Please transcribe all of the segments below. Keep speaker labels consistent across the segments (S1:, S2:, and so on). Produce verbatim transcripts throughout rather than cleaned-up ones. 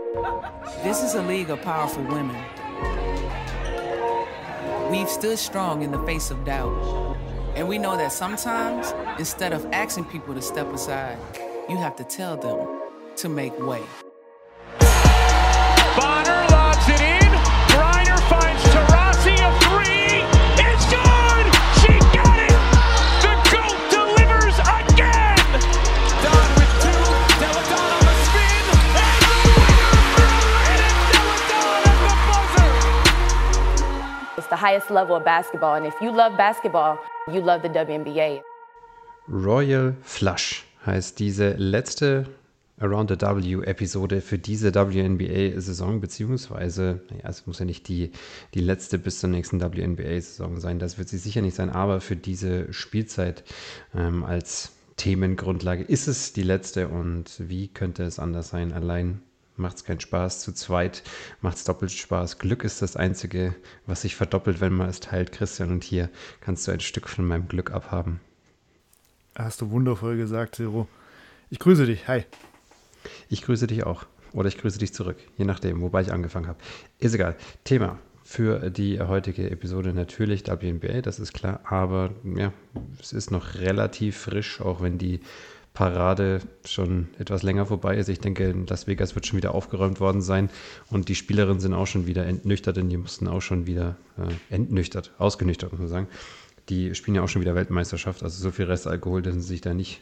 S1: This is a league of powerful women. We've stood strong in the face of doubt. And we know that sometimes, instead of asking people to step aside, you have to tell them to make way.
S2: Bonner lobs it in. Griner finds Taurasi, a three. It's good! She got it! The GOAT delivers again! Don with two. Delle Donne on the spin. And the winner! And it's Delle Donne at the buzzer!
S3: It's the highest level of basketball. And if you love basketball, you love the W N B A.
S4: Royal Flush heißt diese letzte Around the W-Episode für diese W N B A-Saison, beziehungsweise, naja, es muss ja nicht die, die letzte bis zur nächsten W N B A-Saison sein, das wird sie sicher nicht sein, aber für diese Spielzeit ähm, als Themengrundlage ist es die letzte und wie könnte es anders sein? Allein macht es keinen Spaß, zu zweit macht es doppelt Spaß. Glück ist das Einzige, was sich verdoppelt, wenn man es teilt, Christian, und hier kannst du ein Stück von meinem Glück abhaben.
S5: Hast du wundervoll gesagt, Zero. Ich grüße dich, hi.
S4: Ich grüße dich auch. Oder ich grüße dich zurück, je nachdem, wobei ich angefangen habe. Ist egal. Thema für die heutige Episode natürlich W N B A, das ist klar. Aber ja, es ist noch relativ frisch, auch wenn die Parade schon etwas länger vorbei ist. Ich denke, in Las Vegas wird schon wieder aufgeräumt worden sein. Und die Spielerinnen sind auch schon wieder entnüchtert, denn die mussten auch schon wieder äh, entnüchtert, ausgenüchtert, muss man sagen. Die spielen ja auch schon wieder Weltmeisterschaft, also so viel Restalkohol, dass sie sich da nicht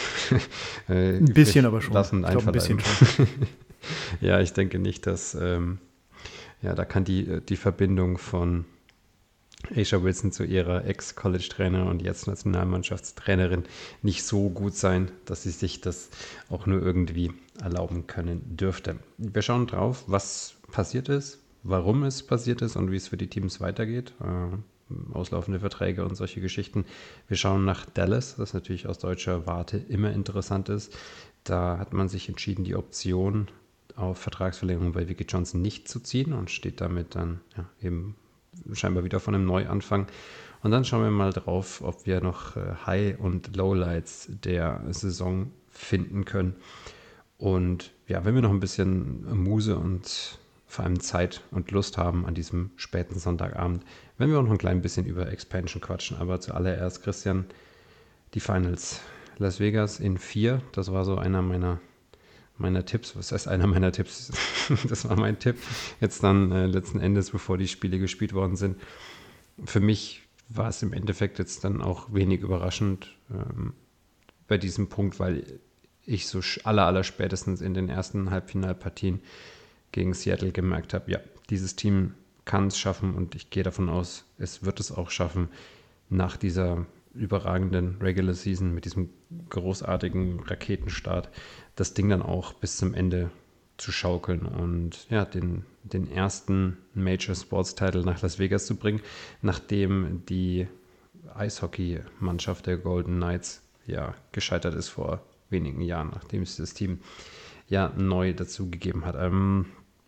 S5: äh, ein bisschen aber schon.
S4: Lassen,
S5: ich glaub, ein bisschen schon.
S4: Ja, ich denke nicht, dass ähm, ja, da kann die, die Verbindung von A'ja Wilson zu ihrer Ex-College-Trainerin und jetzt Nationalmannschaftstrainerin nicht so gut sein, dass sie sich das auch nur irgendwie erlauben können dürfte. Wir schauen drauf, was passiert ist, warum es passiert ist und wie es für die Teams weitergeht. Äh, auslaufende Verträge und solche Geschichten. Wir schauen nach Dallas, das natürlich aus deutscher Warte immer interessant ist. Da hat man sich entschieden, die Option auf Vertragsverlängerung bei Vicki Johnson nicht zu ziehen und steht damit dann ja, eben scheinbar wieder von einem Neuanfang. Und dann schauen wir mal drauf, ob wir noch High- und Lowlights der Saison finden können. Und ja, wenn wir noch ein bisschen Muse und vor allem Zeit und Lust haben an diesem späten Sonntagabend, wenn wir auch noch ein klein bisschen über Expansion quatschen. Aber zuallererst, Christian, die Finals. Las Vegas in vier, das war so einer meiner, meiner Tipps. Was heißt einer meiner Tipps? Das war mein Tipp. Jetzt dann äh, letzten Endes, bevor die Spiele gespielt worden sind. Für mich war es im Endeffekt jetzt dann auch wenig überraschend ähm, bei diesem Punkt, weil ich so aller, aller spätestens in den ersten Halbfinalpartien gegen Seattle gemerkt habe, ja, dieses Team kann es schaffen und ich gehe davon aus, es wird es auch schaffen, nach dieser überragenden Regular Season mit diesem großartigen Raketenstart das Ding dann auch bis zum Ende zu schaukeln und ja, den, den ersten Major Sports Title nach Las Vegas zu bringen, nachdem die Eishockey-Mannschaft der Golden Knights ja gescheitert ist vor wenigen Jahren, nachdem es das Team ja neu dazugegeben hat. Ähm,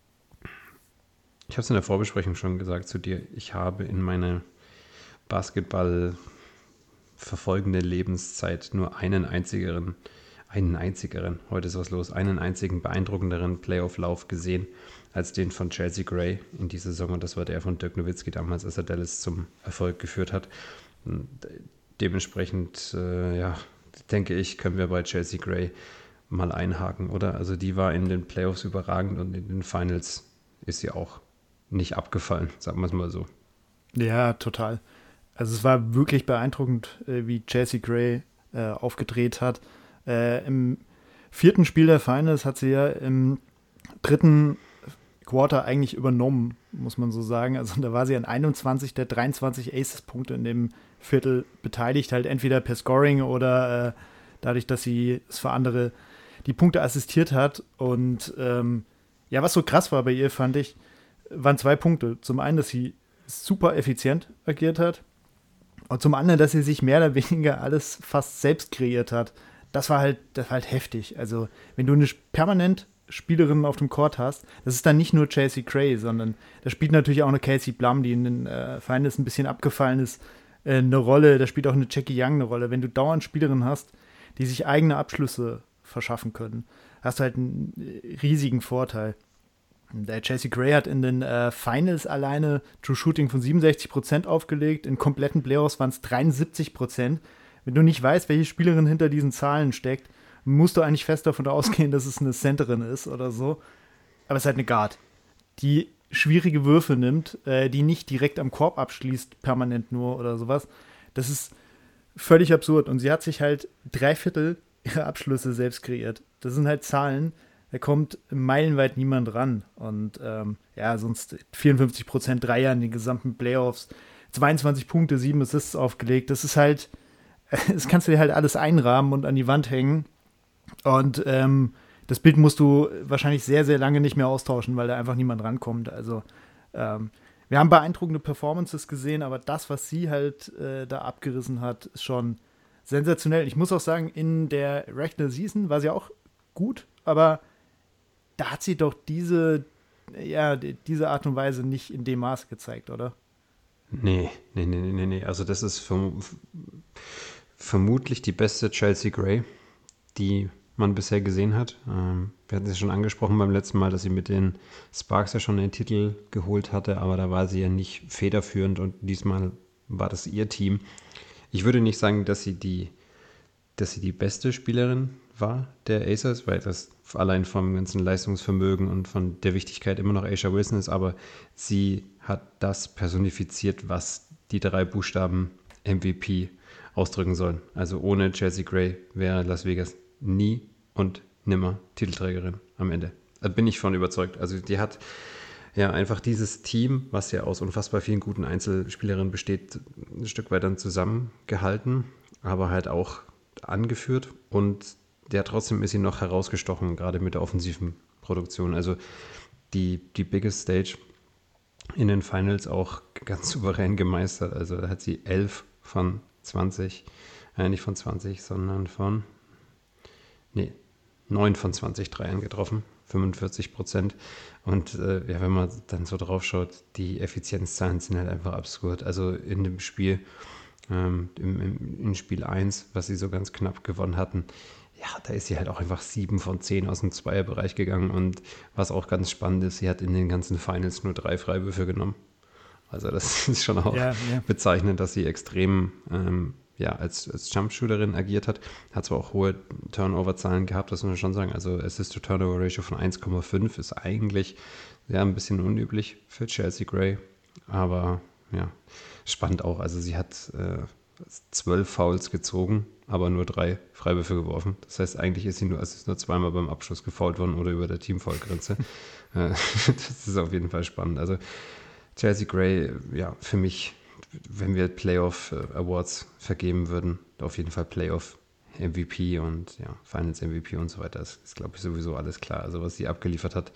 S4: ich habe es in der Vorbesprechung schon gesagt zu dir, ich habe in meiner Basketball verfolgende Lebenszeit nur einen einzigeren, einen einzigeren, heute ist was los, einen einzigen beeindruckenderen Playoff-Lauf gesehen als den von Chelsea Gray in dieser Saison und das war der von Dirk Nowitzki damals, als er Dallas zum Erfolg geführt hat. Und dementsprechend, äh, ja, denke ich, können wir bei Chelsea Gray mal einhaken, oder? Also die war in den Playoffs überragend und in den Finals ist sie auch nicht abgefallen, sagen wir es mal so.
S5: Ja, total. Also es war wirklich beeindruckend, wie Chelsea Gray äh, aufgedreht hat. Äh, Im vierten Spiel der Finals hat sie ja im dritten Quarter eigentlich übernommen, muss man so sagen. Also da war sie an einundzwanzig der dreiundzwanzig Aces-Punkte in dem Viertel beteiligt, halt entweder per Scoring oder äh, dadurch, dass sie es für andere die Punkte assistiert hat. Und ähm, ja, was so krass war bei ihr, fand ich, waren zwei Punkte. Zum einen, dass sie super effizient agiert hat und zum anderen, dass sie sich mehr oder weniger alles fast selbst kreiert hat. Das war halt, das war halt heftig. Also wenn du eine permanent Spielerin auf dem Court hast, das ist dann nicht nur Chelsea Gray, sondern da spielt natürlich auch eine Kelsey Plum, die in den äh, Finals ein bisschen abgefallen ist, äh, eine Rolle. Da spielt auch eine Jackie Young eine Rolle. Wenn du dauernd Spielerinnen hast, die sich eigene Abschlüsse verschaffen können, hast du halt einen riesigen Vorteil. Der Chelsea Gray hat in den äh, Finals alleine True Shooting von siebenundsechzig Prozent aufgelegt. In kompletten Playoffs waren es dreiundsiebzig Prozent. Wenn du nicht weißt, welche Spielerin hinter diesen Zahlen steckt, musst du eigentlich fest davon ausgehen, dass es eine Centerin ist oder so. Aber es ist halt eine Guard, die schwierige Würfe nimmt, äh, die nicht direkt am Korb abschließt, permanent nur oder sowas. Das ist völlig absurd. Und sie hat sich halt drei Viertel ihrer Abschlüsse selbst kreiert. Das sind halt Zahlen, da kommt meilenweit niemand ran. Und ähm, ja, sonst vierundfünfzig Prozent Dreier in den gesamten Playoffs, zweiundzwanzig Punkte, sieben Assists aufgelegt. Das ist halt, das kannst du dir halt alles einrahmen und an die Wand hängen. Und ähm, das Bild musst du wahrscheinlich sehr, sehr lange nicht mehr austauschen, weil da einfach niemand rankommt. Also ähm, wir haben beeindruckende Performances gesehen, aber das, was sie halt äh, da abgerissen hat, ist schon sensationell. Ich muss auch sagen, in der Regular Season war sie auch gut, aber da hat sie doch diese, ja, diese Art und Weise nicht in dem Maße gezeigt, oder?
S4: Nee, nee, nee, nee, nee. Also das ist verm- vermutlich die beste Chelsea Gray, die man bisher gesehen hat. Ähm, wir hatten es schon angesprochen beim letzten Mal, dass sie mit den Sparks ja schon den Titel geholt hatte, aber da war sie ja nicht federführend und diesmal war das ihr Team. Ich würde nicht sagen, dass sie die, dass sie die beste Spielerin war der Aces, weil das allein vom ganzen Leistungsvermögen und von der Wichtigkeit immer noch A'ja Wilson ist, aber sie hat das personifiziert, was die drei Buchstaben M V P ausdrücken sollen. Also ohne Chelsea Gray wäre Las Vegas nie und nimmer Titelträgerin am Ende. Da bin ich von überzeugt. Also die hat ja einfach dieses Team, was ja aus unfassbar vielen guten Einzelspielerinnen besteht, ein Stück weit dann zusammengehalten, aber halt auch angeführt und ja, trotzdem ist sie noch herausgestochen, gerade mit der offensiven Produktion. Also die, die Biggest Stage in den Finals auch ganz souverän gemeistert. Also da hat sie elf von zwanzig, äh, nicht von zwanzig, sondern von, nee, neun von zwanzig Dreiern getroffen, fünfundvierzig Prozent. Und äh, ja, wenn man dann so drauf schaut, die Effizienzzahlen sind halt einfach absurd. Also in dem Spiel, ähm, im, im, in Spiel eins, was sie so ganz knapp gewonnen hatten, ja, da ist sie halt auch einfach sieben von zehn aus dem Zweierbereich gegangen. Und was auch ganz spannend ist, sie hat in den ganzen Finals nur drei Freiwürfe genommen. Also das ist schon auch ja, ja. bezeichnend, dass sie extrem ähm, ja, als, als Jumpshooterin agiert hat. Hat zwar auch hohe Turnover-Zahlen gehabt, das muss man schon sagen. Also Assist-to-Turnover-Ratio von eins Komma fünf ist eigentlich ja, ein bisschen unüblich für Chelsea Gray. Aber ja, spannend auch. Also sie hat äh, zwölf Fouls gezogen, aber nur drei Freiwürfe geworfen. Das heißt, eigentlich ist sie nur, also ist nur zweimal beim Abschluss gefoult worden oder über der Team-Foul-Grenze. Das ist auf jeden Fall spannend. Also Chelsea Gray, ja, für mich, wenn wir Playoff-Awards vergeben würden, auf jeden Fall Playoff-M V P und ja, Finals-M V P und so weiter. Das ist, glaube ich, sowieso alles klar. Also was sie abgeliefert hat,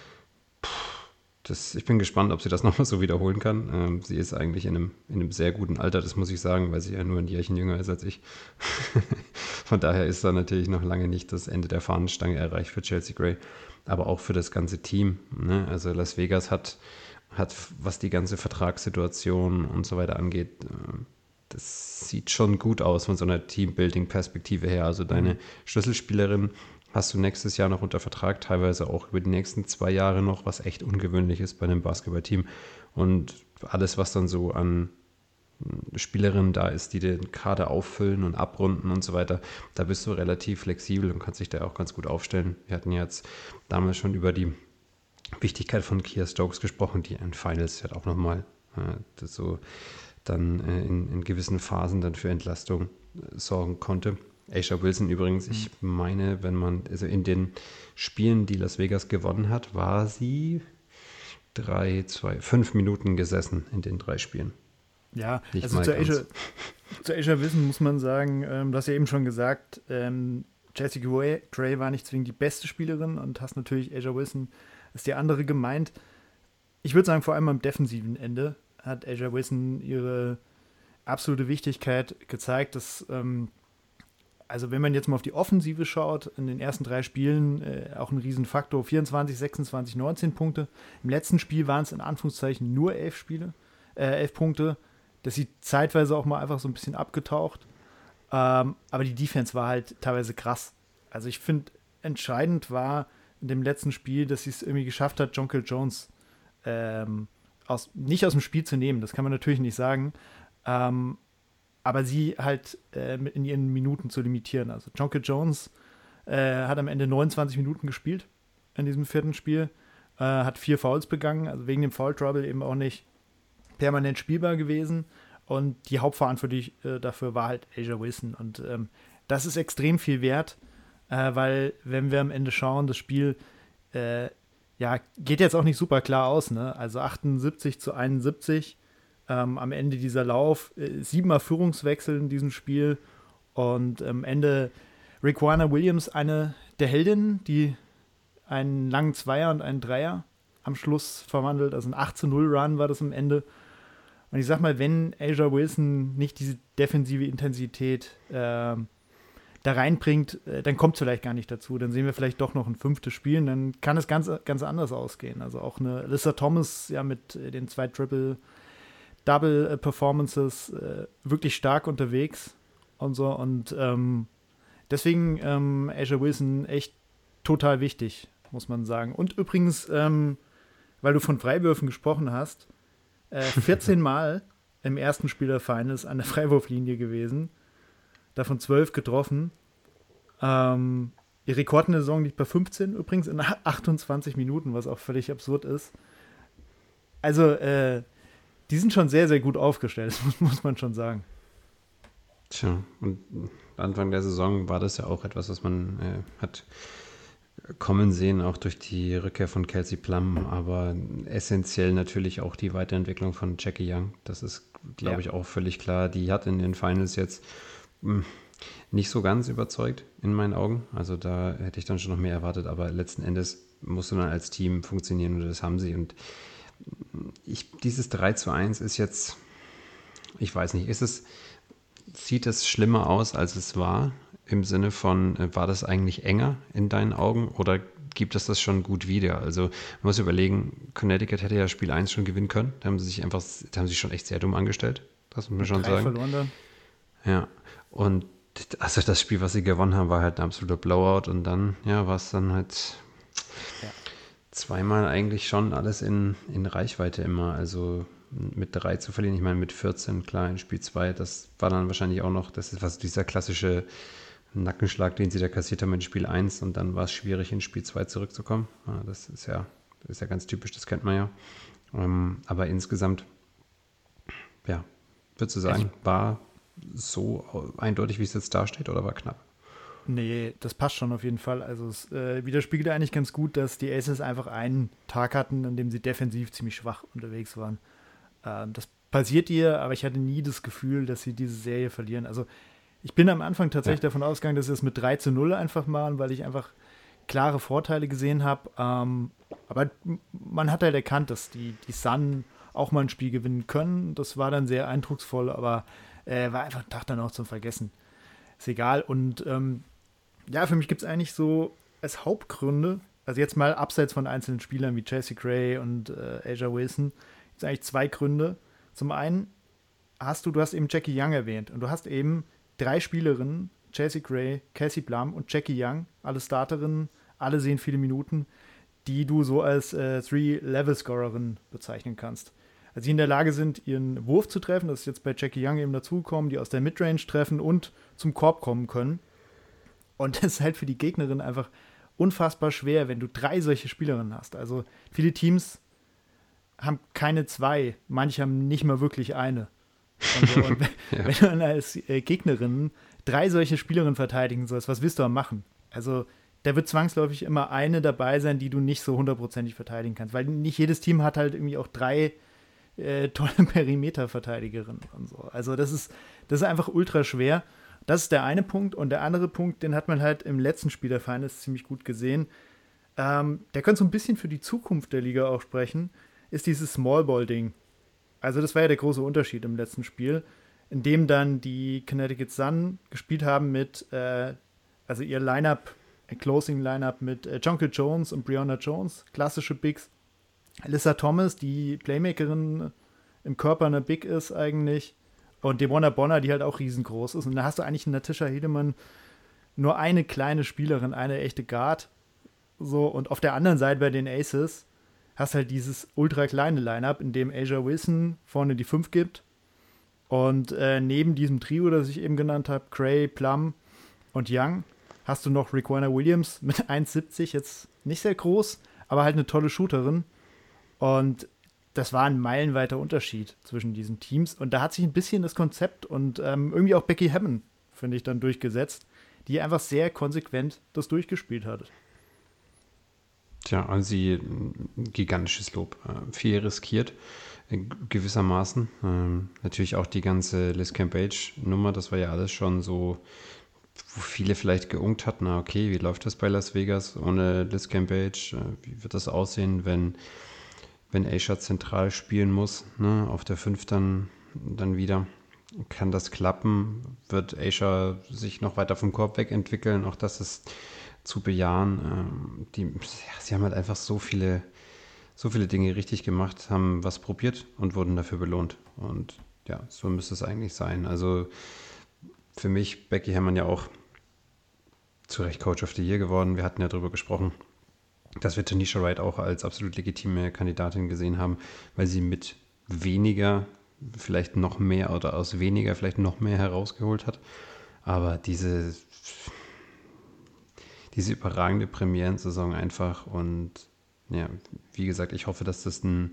S4: das, ich bin gespannt, ob sie das nochmal so wiederholen kann. Ähm, sie ist eigentlich in einem, in einem sehr guten Alter, das muss ich sagen, weil sie ja nur ein Jährchen jünger ist als ich. Von daher ist da natürlich noch lange nicht das Ende der Fahnenstange erreicht für Chelsea Gray, aber auch für das ganze Team. Ne? Also Las Vegas hat, hat, was die ganze Vertragssituation und so weiter angeht, das sieht schon gut aus von so einer Teambuilding-Perspektive her. Also deine Schlüsselspielerin hast du nächstes Jahr noch unter Vertrag, teilweise auch über die nächsten zwei Jahre noch, was echt ungewöhnlich ist bei einem Basketballteam. Und alles, was dann so an Spielerinnen da ist, die den Kader auffüllen und abrunden und so weiter, da bist du relativ flexibel und kannst dich da auch ganz gut aufstellen. Wir hatten jetzt damals schon über die Wichtigkeit von Kiah Stokes gesprochen, die in Finals halt auch nochmal äh, so dann äh, in, in gewissen Phasen dann für Entlastung äh, sorgen konnte. A'ja Wilson übrigens, mhm. ich meine, wenn man, also in den Spielen, die Las Vegas gewonnen hat, war sie drei, zwei, fünf Minuten gesessen in den drei Spielen.
S5: Ja, Nicht also zu A'ja, zu A'ja Wilson muss man sagen, ähm, du hast ja eben schon gesagt, ähm, Chelsea Gray war nicht zwingend die beste Spielerin und hast natürlich A'ja Wilson ist die andere gemeint. Ich würde sagen, vor allem am defensiven Ende hat A'ja Wilson ihre absolute Wichtigkeit gezeigt, dass ähm, also wenn man jetzt mal auf die Offensive schaut, in den ersten drei Spielen äh, auch ein Riesenfaktor, vierundzwanzig, sechsundzwanzig, neunzehn Punkte. Im letzten Spiel waren es in Anführungszeichen nur elf Spiele, äh, elf Punkte. Das sieht zeitweise auch mal einfach so ein bisschen abgetaucht. Ähm, aber die Defense war halt teilweise krass. Also ich finde, entscheidend war, in dem letzten Spiel, dass sie es irgendwie geschafft hat, Jonquel Jones ähm, aus, nicht aus dem Spiel zu nehmen. Das kann man natürlich nicht sagen. Ähm, aber sie halt äh, in ihren Minuten zu limitieren. Also Jonquel Jones äh, hat am Ende neunundzwanzig Minuten gespielt in diesem vierten Spiel, äh, hat vier Fouls begangen, also wegen dem Foul Trouble eben auch nicht permanent spielbar gewesen. Und die Hauptverantwortlich äh, dafür war halt A'ja Wilson. Und ähm, das ist extrem viel wert, äh, weil wenn wir am Ende schauen, das Spiel äh, ja, geht jetzt auch nicht super klar aus, ne? Also achtundsiebzig zu einundsiebzig. Ähm, am Ende dieser Lauf, äh, siebenmal Führungswechsel in diesem Spiel und am Ende Riquna Williams, eine der Heldinnen, die einen langen Zweier und einen Dreier am Schluss verwandelt, also ein acht zu null Run war das am Ende. Und ich sag mal, wenn A'ja Wilson nicht diese defensive Intensität äh, da reinbringt, äh, dann kommt es vielleicht gar nicht dazu. Dann sehen wir vielleicht doch noch ein fünftes Spiel und dann kann es ganz, ganz anders ausgehen. Also auch eine Alyssa Thomas ja mit äh, den zwei Triple Double Performances äh, wirklich stark unterwegs und so. Und ähm, deswegen ähm, A'ja Wilson echt total wichtig, muss man sagen. Und übrigens, ähm, weil du von Freiwürfen gesprochen hast, äh, vierzehn Mal im ersten Spiel der Finals an der Freiwurflinie gewesen, davon zwölf getroffen. Ähm, ihr Rekord in der Saison liegt bei fünfzehn übrigens in achtundzwanzig Minuten, was auch völlig absurd ist. Also, äh, die sind schon sehr, sehr gut aufgestellt, muss man schon sagen.
S4: Tja, und Anfang der Saison war das ja auch etwas, was man äh, hat kommen sehen, auch durch die Rückkehr von Kelsey Plum, aber essentiell natürlich auch die Weiterentwicklung von Jackie Young. Das ist, glaube ja. ich, auch völlig klar. Die hat in den Finals jetzt mh, nicht so ganz überzeugt, in meinen Augen. Also da hätte ich dann schon noch mehr erwartet, aber letzten Endes musst du dann als Team funktionieren und das haben sie. Und ich, dieses drei zu eins ist jetzt, ich weiß nicht, ist es, sieht es schlimmer aus, als es war? Im Sinne von, war das eigentlich enger in deinen Augen oder gibt es das schon gut wieder? Also man muss überlegen, Connecticut hätte ja Spiel eins schon gewinnen können. Da haben sie sich einfach, da haben sie sich schon echt sehr dumm angestellt. Das muss man schon sagen. Verloren dann. Ja, und also das Spiel, was sie gewonnen haben, war halt ein absoluter Blowout und dann, ja, war es dann halt ja. zweimal eigentlich schon alles in, in Reichweite immer. Also mit drei zu verlieren, ich meine mit vierzehn, klar, in Spiel zwei, das war dann wahrscheinlich auch noch, das ist was dieser klassische Nackenschlag, den sie da kassiert haben in Spiel eins und dann war es schwierig, in Spiel zwei zurückzukommen. Ja, das ist ja, das ist ja ganz typisch, das kennt man ja. Ähm, aber insgesamt, ja, würdest du sagen, war so eindeutig, wie es jetzt dasteht, oder war knapp?
S5: Nee, das passt schon auf jeden Fall. Also es äh, widerspiegelt eigentlich ganz gut, dass die Aces einfach einen Tag hatten, an dem sie defensiv ziemlich schwach unterwegs waren. Ähm, das passiert ihr, aber ich hatte nie das Gefühl, dass sie diese Serie verlieren. Also ich bin am Anfang tatsächlich ja. davon ausgegangen, dass sie es mit drei zu null einfach machen, weil ich einfach klare Vorteile gesehen habe. Ähm, aber man hat halt erkannt, dass die, die Sun auch mal ein Spiel gewinnen können. Das war dann sehr eindrucksvoll, aber äh, war einfach ein Tag dann auch zum Vergessen. Ist egal. Und ähm, ja, für mich gibt es eigentlich so als Hauptgründe, also jetzt mal abseits von einzelnen Spielern wie Chelsea Gray und äh, A'ja Wilson, gibt es eigentlich zwei Gründe. Zum einen hast du, du hast eben Jackie Young erwähnt und du hast eben drei Spielerinnen, Chelsea Gray, Kelsey Plum und Jackie Young, alle Starterinnen, alle sehen viele Minuten, die du so als äh, Three-Level-Scorerin bezeichnen kannst. Also die in der Lage sind, ihren Wurf zu treffen, das ist jetzt bei Jackie Young eben dazugekommen, die aus der Midrange treffen und zum Korb kommen können. Und das ist halt für die Gegnerin einfach unfassbar schwer, wenn du drei solche Spielerinnen hast. Also viele Teams haben keine zwei, manche haben nicht mal wirklich eine. Und so. Und ja. wenn du dann als äh, Gegnerin drei solche Spielerinnen verteidigen sollst, was willst du da machen? Also da wird zwangsläufig immer eine dabei sein, die du nicht so hundertprozentig verteidigen kannst, weil nicht jedes Team hat halt irgendwie auch drei äh, tolle Perimeter-Verteidigerinnen und so. Also das ist, das ist einfach ultra schwer. Das ist der eine Punkt. Und der andere Punkt, den hat man halt im letzten Spiel der Finals ziemlich gut gesehen. Ähm, der könnte so ein bisschen für die Zukunft der Liga auch sprechen, ist dieses Small-Ball-Ding. Also das war ja der große Unterschied im letzten Spiel, in dem dann die Connecticut Sun gespielt haben mit, äh, also ihr Lineup, ein Closing-Lineup mit äh, Jonquel Jones und Breonna Jones, klassische Bigs. Alyssa Thomas, die Playmakerin im Körper eine Big ist eigentlich. Und De'Mona Bonner, die halt auch riesengroß ist. Und da hast du eigentlich in Natasha Hiedemann nur eine kleine Spielerin, eine echte Guard. So, und auf der anderen Seite bei den Aces hast halt dieses ultra kleine Lineup, in dem A'ja Wilson vorne die fünf gibt. Und äh, neben diesem Trio, das ich eben genannt habe, Gray, Plum und Young, hast du noch Riquna Williams mit eins siebzig, jetzt nicht sehr groß, aber halt eine tolle Shooterin. Und das war ein meilenweiter Unterschied zwischen diesen Teams. Und da hat sich ein bisschen das Konzept und ähm, irgendwie auch Becky Hammon, finde ich, dann durchgesetzt, die einfach sehr konsequent das durchgespielt hat.
S4: Tja, also sie ein gigantisches Lob. Äh, viel riskiert, gewissermaßen. Ähm, natürlich auch die ganze Liz Cambage-Nummer, das war ja alles schon so, wo viele vielleicht geunkt hatten, na okay, wie läuft das bei Las Vegas ohne Liz Cambage? Äh, wie wird das aussehen, wenn, wenn A'ja zentral spielen muss, ne? Auf der fünf dann, dann wieder? Kann das klappen? Wird A'ja sich noch weiter vom Korb wegentwickeln? Auch das ist zu bejahen. Ähm, die, ja, sie haben halt einfach so viele so viele Dinge richtig gemacht, haben was probiert und wurden dafür belohnt. Und ja, so müsste es eigentlich sein. Also für mich, Becky Hammon ja auch zu Recht Coach of the Year geworden. Wir hatten ja darüber gesprochen, dass wir Tanisha Wright auch als absolut legitime Kandidatin gesehen haben, weil sie mit weniger vielleicht noch mehr oder aus weniger vielleicht noch mehr herausgeholt hat. Aber diese, diese überragende Premierensaison einfach und ja, wie gesagt, ich hoffe, dass das ein,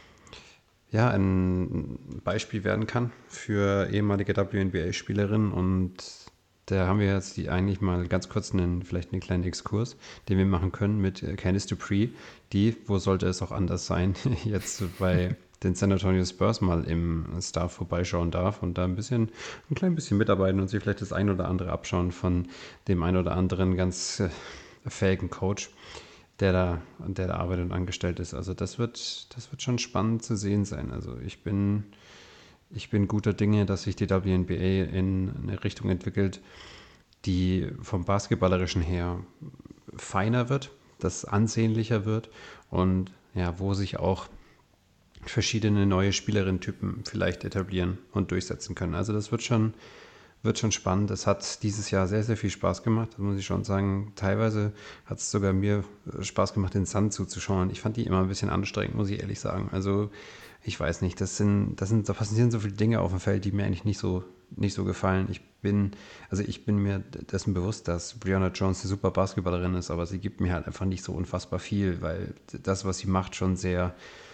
S4: ja, ein Beispiel werden kann für ehemalige W N B A-Spielerinnen und da haben wir jetzt die eigentlich mal ganz kurz einen, vielleicht einen kleinen Exkurs, den wir machen können mit Candice Dupree, die, wo sollte es auch anders sein, jetzt bei den San Antonio Spurs mal im Staff vorbeischauen darf und da ein bisschen, ein klein bisschen mitarbeiten und sich vielleicht das ein oder andere abschauen von dem ein oder anderen ganz äh, fähigen Coach, der da, der da arbeitet und angestellt ist. Also das wird, das wird schon spannend zu sehen sein. Also ich bin, ich bin guter Dinge, dass sich die W N B A in eine Richtung entwickelt, die vom Basketballerischen her feiner wird, das ansehnlicher wird und ja, wo sich auch verschiedene neue Spielerinnen-Typen vielleicht etablieren und durchsetzen können. Also das wird schon, wird schon spannend. Es hat dieses Jahr sehr, sehr viel Spaß gemacht, das muss ich schon sagen. Teilweise hat es sogar mir Spaß gemacht, den Sun zuzuschauen. Ich fand die immer ein bisschen anstrengend, muss ich ehrlich sagen. Also ich weiß nicht, das sind, das sind, da passieren so viele Dinge auf dem Feld, die mir eigentlich nicht so, nicht so gefallen. Ich bin, also ich bin mir dessen bewusst, dass Brianna Jones eine super Basketballerin ist, aber sie gibt mir halt einfach nicht so unfassbar viel, weil das, was sie macht, schon sehr,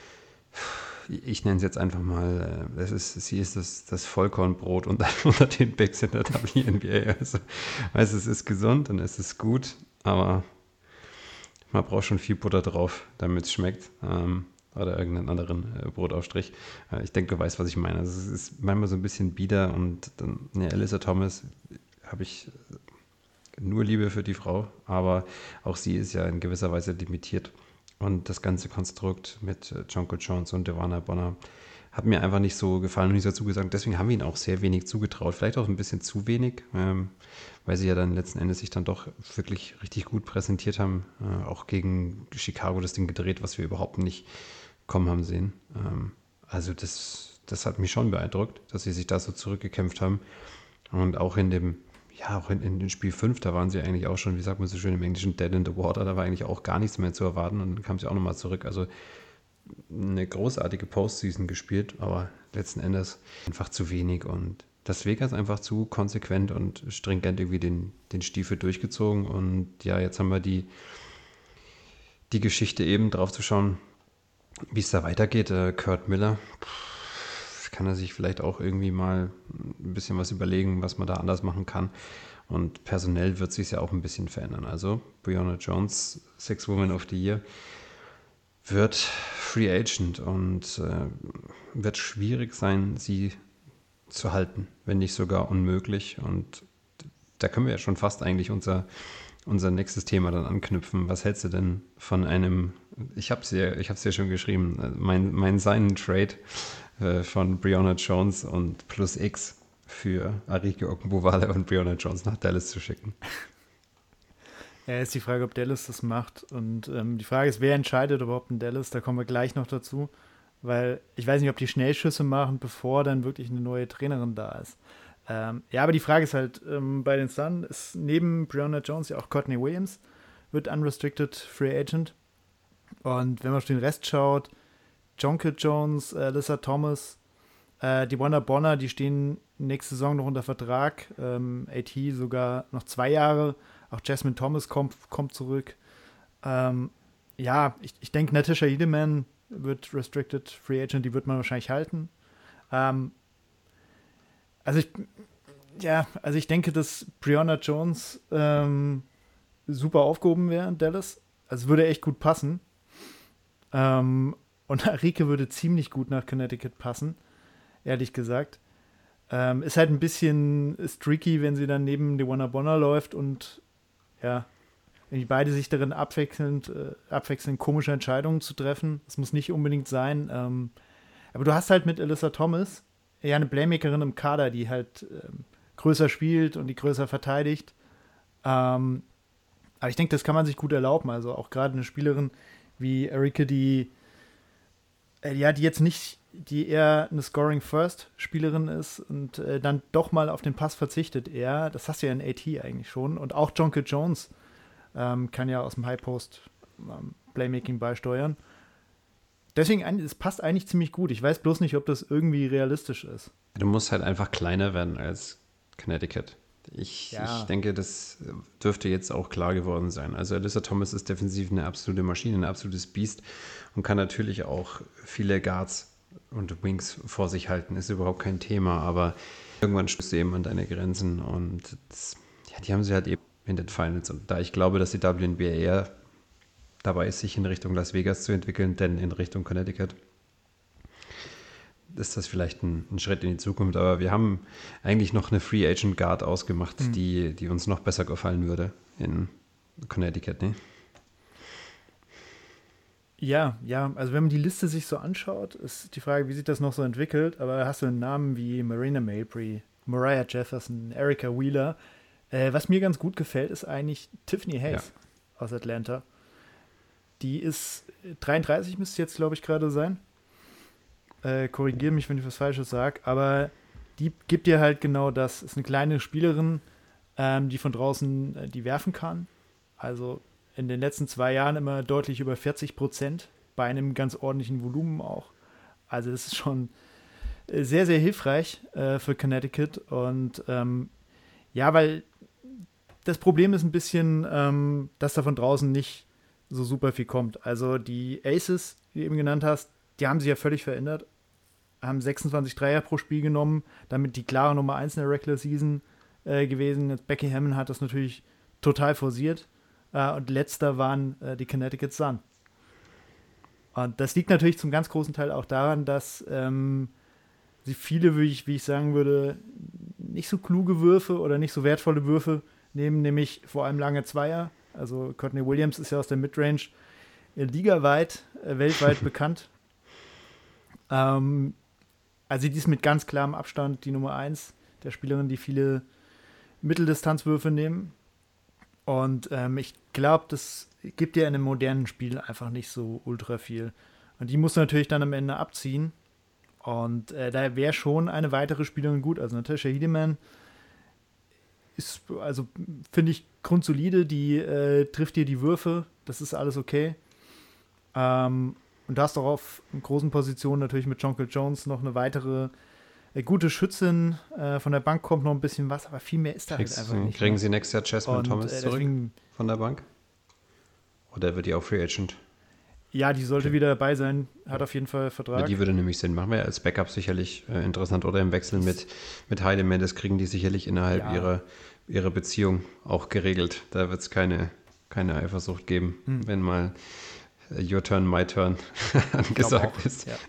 S4: ich nenne es jetzt einfach mal, das ist, sie ist das, das Vollkornbrot unter, unter den Bigs in der W N B A. Also, also es ist gesund und es ist gut, aber man braucht schon viel Butter drauf, damit es schmeckt. Ähm, oder irgendeinen anderen äh, Brotaufstrich. Äh, ich denke, du weißt, was ich meine. Also es ist manchmal so ein bisschen bieder und dann, ne, Alyssa Thomas habe ich nur Liebe für die Frau, aber auch sie ist ja in gewisser Weise limitiert. Und das ganze Konstrukt mit äh, Jonko Jones und Devana Bonner hat mir einfach nicht so gefallen und nicht so zugesagt. Deswegen haben wir ihnen auch sehr wenig zugetraut. Vielleicht auch ein bisschen zu wenig, ähm, weil sie ja dann letzten Endes sich dann doch wirklich richtig gut präsentiert haben. Äh, auch gegen Chicago das Ding gedreht, was wir überhaupt nicht kommen haben sehen. Ähm, also das, das hat mich schon beeindruckt, dass sie sich da so zurückgekämpft haben. Und auch in dem, ja, auch in, in dem Spiel fünf, da waren sie eigentlich auch schon, wie sagt man so schön im Englischen, dead in the water. Da war eigentlich auch gar nichts mehr zu erwarten und dann kam sie auch nochmal zurück. Also eine großartige Postseason gespielt, aber letzten Endes einfach zu wenig und das Vegas einfach zu konsequent und stringent irgendwie den, den Stiefel durchgezogen und ja, jetzt haben wir die, die Geschichte eben drauf zu schauen, wie es da weitergeht. Äh, Kurt Miller, pff, kann er sich vielleicht auch irgendwie mal ein bisschen was überlegen, was man da anders machen kann und personell wird sich ja auch ein bisschen verändern. Also Brianna Jones, Six Women of the Year, wird Free Agent und äh, wird schwierig sein, sie zu halten, wenn nicht sogar unmöglich. Und da können wir ja schon fast eigentlich unser, unser nächstes Thema dann anknüpfen. Was hältst du denn von einem, ich habe es ja, ich habe es ja schon geschrieben, mein, mein Sign-and-Trade äh, von Brianna Jones und plus X für Arike Ogunbowale und Brianna Jones nach Dallas zu schicken?
S5: Ja, ist die Frage, ob Dallas das macht. Und ähm, die Frage ist, wer entscheidet überhaupt in Dallas? Da kommen wir gleich noch dazu. Weil ich weiß nicht, ob die Schnellschüsse machen, bevor dann wirklich eine neue Trainerin da ist. Ähm, ja, aber die Frage ist halt, ähm, bei den Suns ist neben Brianna Jones ja auch Courtney Williams. wird Unrestricted Free Agent. Und wenn man auf den Rest schaut, Jonkel Jones, äh, Alyssa Thomas, äh, die Wanda Bonner, die stehen nächste Saison noch unter Vertrag. Ähm, A T sogar noch zwei Jahre. Auch Jasmine Thomas kommt, kommt zurück. Ähm, ja, ich, ich denke, Natasha Hiedemann wird Restricted Free Agent, die wird man wahrscheinlich halten. Ähm, also ich, ja, also ich denke, dass Breonna Jones ähm, super aufgehoben wäre in Dallas. Also würde echt gut passen. Ähm, und Arike würde ziemlich gut nach Connecticut passen, ehrlich gesagt. Ähm, ist halt ein bisschen streaky, wenn sie dann neben DeWanna Bonner läuft und ja, wenn die beide sich darin abwechselnd, äh, abwechselnd komische Entscheidungen zu treffen. Das muss nicht unbedingt sein. Ähm, aber du hast halt mit Alyssa Thomas ja eine Playmakerin im Kader, die halt ähm, größer spielt und die größer verteidigt. Ähm, aber ich denke, das kann man sich gut erlauben. Also auch gerade eine Spielerin wie Arike, die äh, ja, die jetzt nicht, die eher eine Scoring-First-Spielerin ist und äh, dann doch mal auf den Pass verzichtet eher. Das hast du ja in A T eigentlich schon. Und auch Jonkel Jones ähm, kann ja aus dem High-Post ähm, Playmaking beisteuern. Deswegen, es passt eigentlich ziemlich gut. Ich weiß bloß nicht, ob das irgendwie realistisch ist.
S4: Du musst halt einfach kleiner werden als Connecticut. Ich, ja. ich denke, das dürfte jetzt auch klar geworden sein. Also Alyssa Thomas ist defensiv eine absolute Maschine, ein absolutes Biest und kann natürlich auch viele Guards und Wings vor sich halten. Ist überhaupt kein Thema, aber irgendwann stößt du eben an deine Grenzen und das, ja, die haben sie halt eben in den Finals. Und da ich glaube, dass die W N B A eher dabei ist, sich in Richtung Las Vegas zu entwickeln, denn in Richtung Connecticut ist das vielleicht ein, ein Schritt in die Zukunft. Aber wir haben eigentlich noch eine Free Agent Guard ausgemacht, mhm. die, die uns noch besser gefallen würde in Connecticut, ne?
S5: Ja, ja, also wenn man die Liste sich so anschaut, ist die Frage, wie sich das noch so entwickelt, aber da hast du einen Namen wie Marina Mabrey, Mariah Jefferson, Erica Wheeler. Äh, was mir ganz gut gefällt, ist eigentlich Tiffany Hayes ja. aus Atlanta. Die ist dreiunddreißig, müsste jetzt, glaube ich, gerade sein. Äh, korrigiere mich, wenn ich was Falsches sage, aber die gibt dir halt genau das. Ist eine kleine Spielerin, ähm, die von draußen äh, die werfen kann. Also in den letzten zwei Jahren immer deutlich über vierzig Prozent, bei einem ganz ordentlichen Volumen auch. Also das ist schon sehr, sehr hilfreich äh, für Connecticut. Und ähm, ja, weil das Problem ist ein bisschen, ähm, dass da von draußen nicht so super viel kommt. Also die Aces, die du eben genannt hast, die haben sich ja völlig verändert. Haben sechsundzwanzig Dreier pro Spiel genommen, damit die klare Nummer eins in der Regular Season äh, gewesen. Jetzt Becky Hammon hat das natürlich total forciert. Uh, und letzter waren uh, die Connecticut Sun. Und das liegt natürlich zum ganz großen Teil auch daran, dass ähm, sie viele, wie ich, wie ich sagen würde, nicht so kluge Würfe oder nicht so wertvolle Würfe nehmen, nämlich vor allem lange Zweier. Also Courtney Williams ist ja aus der Midrange äh, ligaweit, äh, weltweit bekannt. Ähm, also die ist mit ganz klarem Abstand die Nummer eins der Spielerin, die viele Mitteldistanzwürfe nehmen. Und ähm, ich glaube, das gibt dir in einem modernen Spiel einfach nicht so ultra viel. Und die musst du natürlich dann am Ende abziehen. Und äh, da wäre schon eine weitere Spielerin gut. Also Natasha Hiedemann ist, also finde ich, grundsolide. Die äh, trifft dir die Würfe. Das ist alles okay. Ähm, und du hast auch auf großen Positionen natürlich mit Jonkel Jones noch eine weitere gute Schützin, äh, von der Bank kommt noch ein bisschen was, aber viel mehr ist da
S4: Kriegst,
S5: halt einfach nicht.
S4: Kriegen
S5: mehr.
S4: Sie nächstes Jahr Jasmine
S5: und,
S4: Thomas
S5: äh,
S4: zurück
S5: deswegen,
S4: von der Bank? Oder wird die auch Free Agent?
S5: Ja, die sollte okay. wieder dabei sein, hat auf jeden Fall Vertrag.
S4: Ja, die würde nämlich Sinn machen, wir als Backup sicherlich äh, interessant. Oder im Wechsel mit, mit Heide Mendes kriegen die sicherlich innerhalb ja. ihrer, ihrer Beziehung auch geregelt. Da wird es keine, keine Eifersucht geben, hm. wenn mal uh, your turn, my turn angesagt ist.
S5: Ja.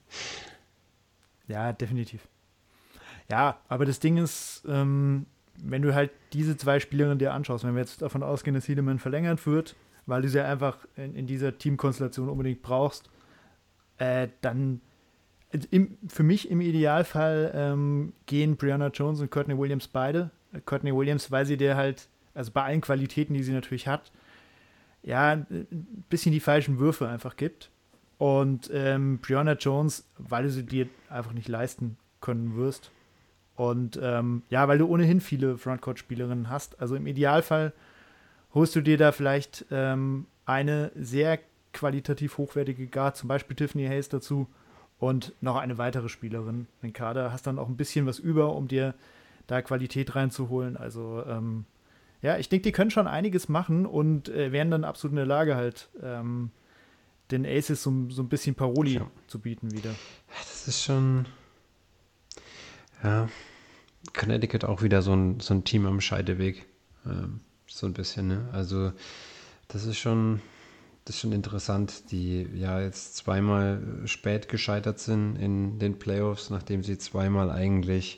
S5: ja, definitiv. Ja, aber das Ding ist, ähm, wenn du halt diese zwei Spielerinnen dir anschaust, wenn wir jetzt davon ausgehen, dass Hiedemann verlängert wird, weil du sie einfach in, in dieser Teamkonstellation unbedingt brauchst, äh, dann im, für mich im Idealfall ähm, gehen Breonna Jones und Courtney Williams beide. Courtney Williams, weil sie dir halt, also bei allen Qualitäten, die sie natürlich hat, ja, ein bisschen die falschen Würfe einfach gibt. Und ähm, Breonna Jones, weil du sie dir einfach nicht leisten können wirst. Und ähm, ja, weil du ohnehin viele Frontcourt-Spielerinnen hast. Also im Idealfall holst du dir da vielleicht ähm, eine sehr qualitativ hochwertige Guard, zum Beispiel Tiffany Hayes dazu und noch eine weitere Spielerin im Kader, hast dann auch ein bisschen was über, um dir da Qualität reinzuholen. Also ähm, ja, ich denke, die können schon einiges machen und äh, wären dann absolut in der Lage, halt ähm, den Aces so, so ein bisschen Paroli ja. zu bieten wieder.
S4: Das ist schon, ja, Connecticut auch wieder so ein, so ein Team am Scheideweg, ähm, so ein bisschen, ne? Also das ist schon, das ist schon interessant, die ja jetzt zweimal spät gescheitert sind in den Playoffs, nachdem sie zweimal eigentlich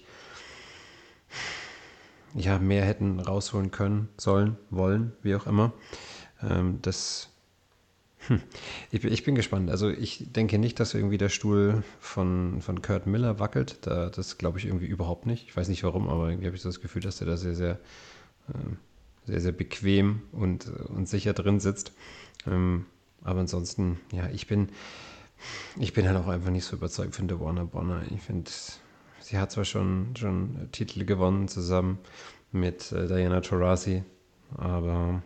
S4: ja mehr hätten rausholen können, sollen, wollen, wie auch immer. Ähm, das hm, ich, ich bin gespannt. Also ich denke nicht, dass irgendwie der Stuhl von, von Curt Miller wackelt. Da, das glaube ich irgendwie überhaupt nicht. Ich weiß nicht warum, aber irgendwie habe ich so das Gefühl, dass der da sehr, sehr, äh, sehr, sehr bequem und, und sicher drin sitzt. Ähm, aber ansonsten, ja, ich bin, ich bin halt auch einfach nicht so überzeugt von DeWanna Bonner. Ich finde, sie hat zwar schon, schon Titel gewonnen zusammen mit äh, Diana Taurasi, aber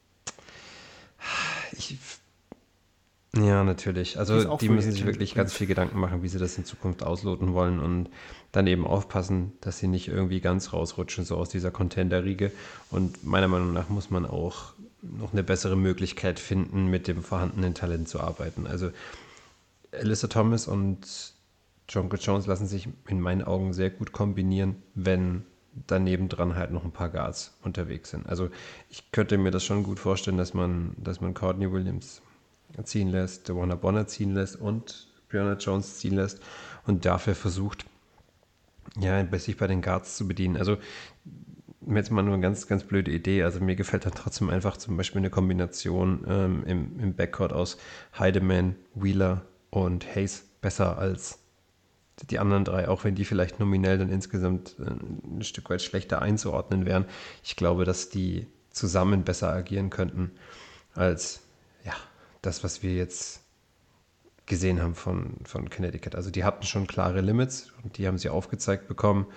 S4: ich ja, natürlich. Also die müssen sich wirklich ganz viel Gedanken machen, wie sie das in Zukunft ausloten wollen und dann eben aufpassen, dass sie nicht irgendwie ganz rausrutschen, so aus dieser Contender-Riege. Und meiner Meinung nach muss man auch noch eine bessere Möglichkeit finden, mit dem vorhandenen Talent zu arbeiten. Also Alyssa Thomas und Jonquel Jones lassen sich in meinen Augen sehr gut kombinieren, wenn daneben dran halt noch ein paar Guards unterwegs sind. Also ich könnte mir das schon gut vorstellen, dass man, dass man Courtney Williams ziehen lässt, DeWanna Bonner ziehen lässt und Brianna Jones ziehen lässt und dafür versucht, ja, sich bei den Guards zu bedienen. Also jetzt mal nur eine ganz, ganz blöde Idee. Also mir gefällt dann trotzdem einfach zum Beispiel eine Kombination ähm, im, im Backcourt aus Heidemann, Wheeler und Hayes besser als die anderen drei, auch wenn die vielleicht nominell dann insgesamt ein Stück weit schlechter einzuordnen wären. Ich glaube, dass die zusammen besser agieren könnten als, ja, das, was wir jetzt gesehen haben von, von Connecticut. Also die hatten schon klare Limits und die haben sie aufgezeigt bekommen.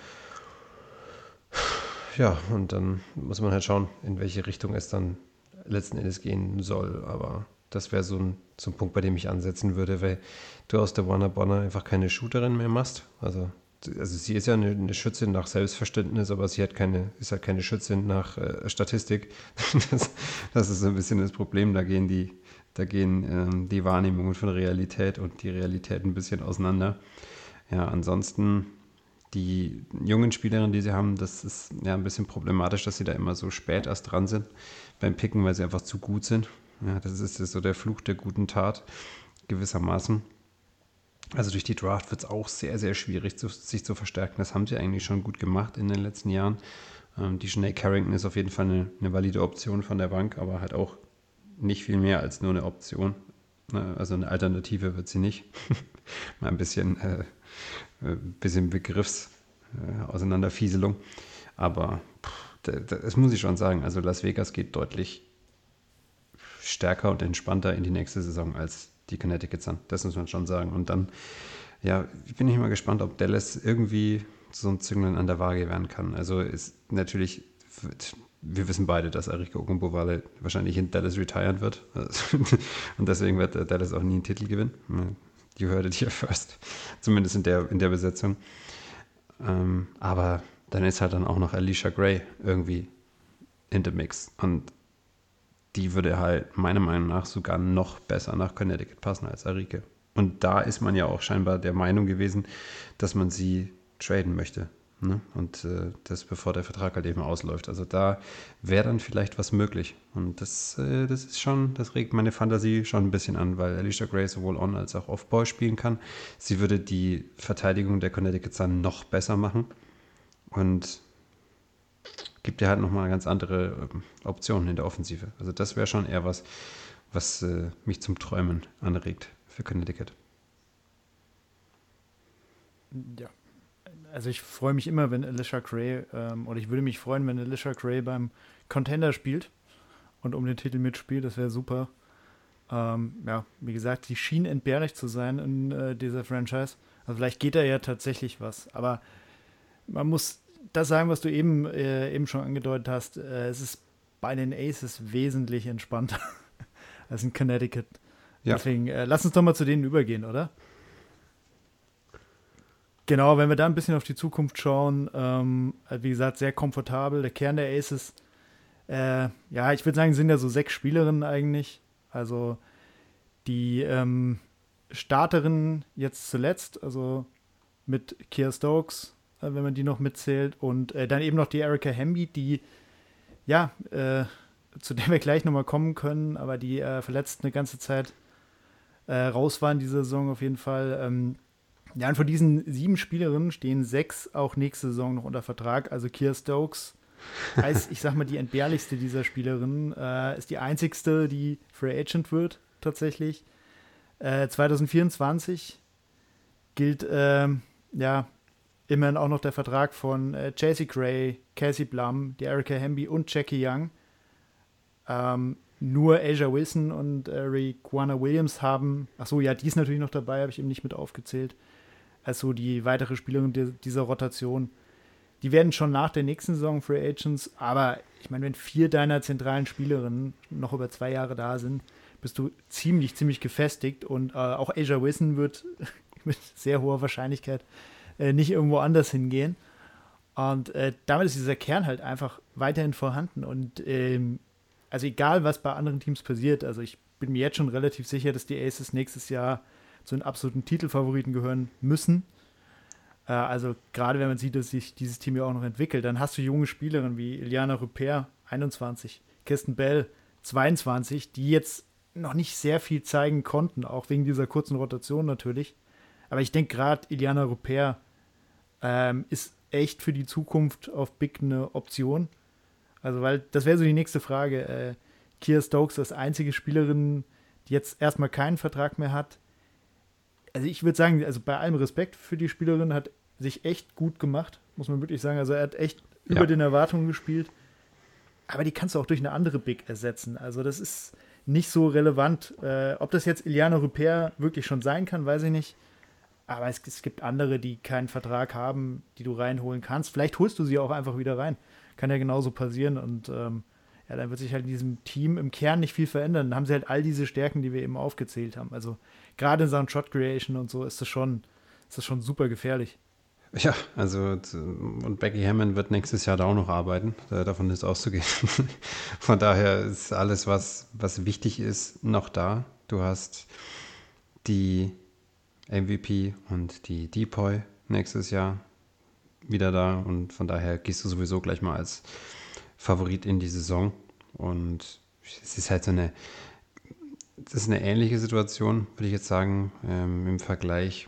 S4: Ja, und dann muss man halt schauen, in welche Richtung es dann letzten Endes gehen soll. Aber das wäre so ein, so ein Punkt, bei dem ich ansetzen würde, weil du aus DeWanna Bonner einfach keine Shooterin mehr machst. Also, also sie ist ja eine, eine Schützin nach Selbstverständnis, aber sie hat keine, ist halt keine Schützin nach äh, Statistik. Das, das ist so ein bisschen das Problem. Da gehen die Da gehen ähm, die Wahrnehmungen von Realität und die Realität ein bisschen auseinander. Ja, ansonsten die jungen Spielerinnen, die sie haben, das ist ja ein bisschen problematisch, dass sie da immer so spät erst dran sind beim Picken, weil sie einfach zu gut sind. Ja, das ist so der Fluch der guten Tat gewissermaßen. Also durch die Draft wird es auch sehr, sehr schwierig, zu, sich zu verstärken. Das haben sie eigentlich schon gut gemacht in den letzten Jahren. Ähm, die Sinead Carrington ist auf jeden Fall eine, eine valide Option von der Bank, aber halt auch nicht viel mehr als nur eine Option. Also eine Alternative wird sie nicht. Mal ein bisschen, äh, ein bisschen Begriffsauseinanderfieselung. Äh, Aber pff, das muss ich schon sagen. Also Las Vegas geht deutlich stärker und entspannter in die nächste Saison als die Connecticut Sun. Das muss man schon sagen. Und dann, ja, bin ich mal gespannt, ob Dallas irgendwie so ein Zünglein an der Waage werden kann. Also ist natürlich... Wir wissen beide, dass Arike Ogunbowale wahrscheinlich in Dallas retiren wird. Und deswegen wird Dallas auch nie einen Titel gewinnen. You heard it here first. Zumindest in der, in der Besetzung. Ähm, aber dann ist halt dann auch noch Alicia Gray irgendwie in the mix. Und die würde halt meiner Meinung nach sogar noch besser nach Connecticut passen als Arike. Und da ist man ja auch scheinbar der Meinung gewesen, dass man sie traden möchte. Ne? Und äh, das bevor der Vertrag halt eben ausläuft. Also da wäre dann vielleicht was möglich. Und das, äh, das ist schon, das regt meine Fantasie schon ein bisschen an, weil Alicia Gray sowohl on- als auch off-ball spielen kann. Sie würde die Verteidigung der Connecticut Sun noch besser machen und gibt ja halt nochmal ganz andere äh, Optionen in der Offensive. Also das wäre schon eher was, was äh, mich zum Träumen anregt für Connecticut.
S5: Ja. Also ich freue mich immer, wenn Alicia Gray, ähm, oder ich würde mich freuen, wenn Alicia Gray beim Contender spielt und um den Titel mitspielt. Das wäre super. Ähm, ja, wie gesagt, die schien entbehrlich zu sein in äh, dieser Franchise. Also vielleicht geht da ja tatsächlich was. Aber man muss das sagen, was du eben, äh, eben schon angedeutet hast. Äh, es ist bei den Aces wesentlich entspannter als in Connecticut.
S4: Ja.
S5: Deswegen, äh, lass uns doch mal zu denen übergehen, oder? Genau, wenn wir da ein bisschen auf die Zukunft schauen, ähm, wie gesagt, sehr komfortabel. Der Kern der Aces, äh, ja, ich würde sagen, sind ja so sechs Spielerinnen eigentlich. Also die ähm, Starterin jetzt zuletzt, also mit Kiah Stokes, äh, wenn man die noch mitzählt. Und äh, dann eben noch die Erica Hamby, die, ja, äh, zu der wir gleich nochmal kommen können, aber die äh, verletzt eine ganze Zeit äh, raus war in dieser Saison auf jeden Fall. Ähm, ja, und von diesen sieben Spielerinnen stehen sechs auch nächste Saison noch unter Vertrag. Also Kiah Stokes heißt, ich sag mal, die entbehrlichste dieser Spielerinnen, äh, ist die einzigste, die Free Agent wird, tatsächlich. Äh, zwanzig vierundzwanzig gilt, äh, ja, immerhin auch noch der Vertrag von äh, Chelsea Gray, Cassie Blum, die Erica Hamby und Jackie Young. Ähm, nur A'ja Wilson und äh, Raquana Williams haben, ach so, ja, die ist natürlich noch dabei, habe ich eben nicht mit aufgezählt. Also die weitere Spielerin die, dieser Rotation. Die werden schon nach der nächsten Saison Free Agents, aber ich meine, wenn vier deiner zentralen Spielerinnen noch über zwei Jahre da sind, bist du ziemlich, ziemlich gefestigt und äh, auch A'ja Wilson wird mit sehr hoher Wahrscheinlichkeit äh, nicht irgendwo anders hingehen. Und äh, damit ist dieser Kern halt einfach weiterhin vorhanden und ähm, also egal, was bei anderen Teams passiert, also ich bin mir jetzt schon relativ sicher, dass die Aces nächstes Jahr zu den absoluten Titelfavoriten gehören müssen. Äh, also gerade wenn man sieht, dass sich dieses Team ja auch noch entwickelt, dann hast du junge Spielerinnen wie Iliana Rupert, einundzwanzig, Kirsten Bell, zweiundzwanzig, die jetzt noch nicht sehr viel zeigen konnten, auch wegen dieser kurzen Rotation natürlich. Aber ich denke gerade, Iliana Rupert ähm, ist echt für die Zukunft auf Big eine Option. Also, weil das wäre so die nächste Frage. Äh, Kiah Stokes ist einzige Spielerin, die jetzt erstmal keinen Vertrag mehr hat. Also ich würde sagen, also bei allem Respekt für die Spielerin, hat sich echt gut gemacht, muss man wirklich sagen. Also er hat echt ja. über den Erwartungen gespielt. Aber die kannst du auch durch eine andere Big ersetzen. Also das ist nicht so relevant. Äh, ob das jetzt Iliana Rupert wirklich schon sein kann, weiß ich nicht. Aber es, es gibt andere, die keinen Vertrag haben, die du reinholen kannst. Vielleicht holst du sie auch einfach wieder rein. Kann ja genauso passieren und ähm, ja, dann wird sich halt in diesem Team im Kern nicht viel verändern. Dann haben sie halt all diese Stärken, die wir eben aufgezählt haben. Also gerade in Sachen Shot Creation und so ist das schon, ist das schon super gefährlich.
S4: Ja, also und Becky Hammon wird nächstes Jahr da auch noch arbeiten, davon ist auszugehen. Von daher ist alles, was, was wichtig ist, noch da. Du hast die M V P und die Depoy nächstes Jahr wieder da und von daher gehst du sowieso gleich mal als Favorit in die Saison und es ist halt so eine, das ist eine ähnliche Situation, würde ich jetzt sagen, ähm, im Vergleich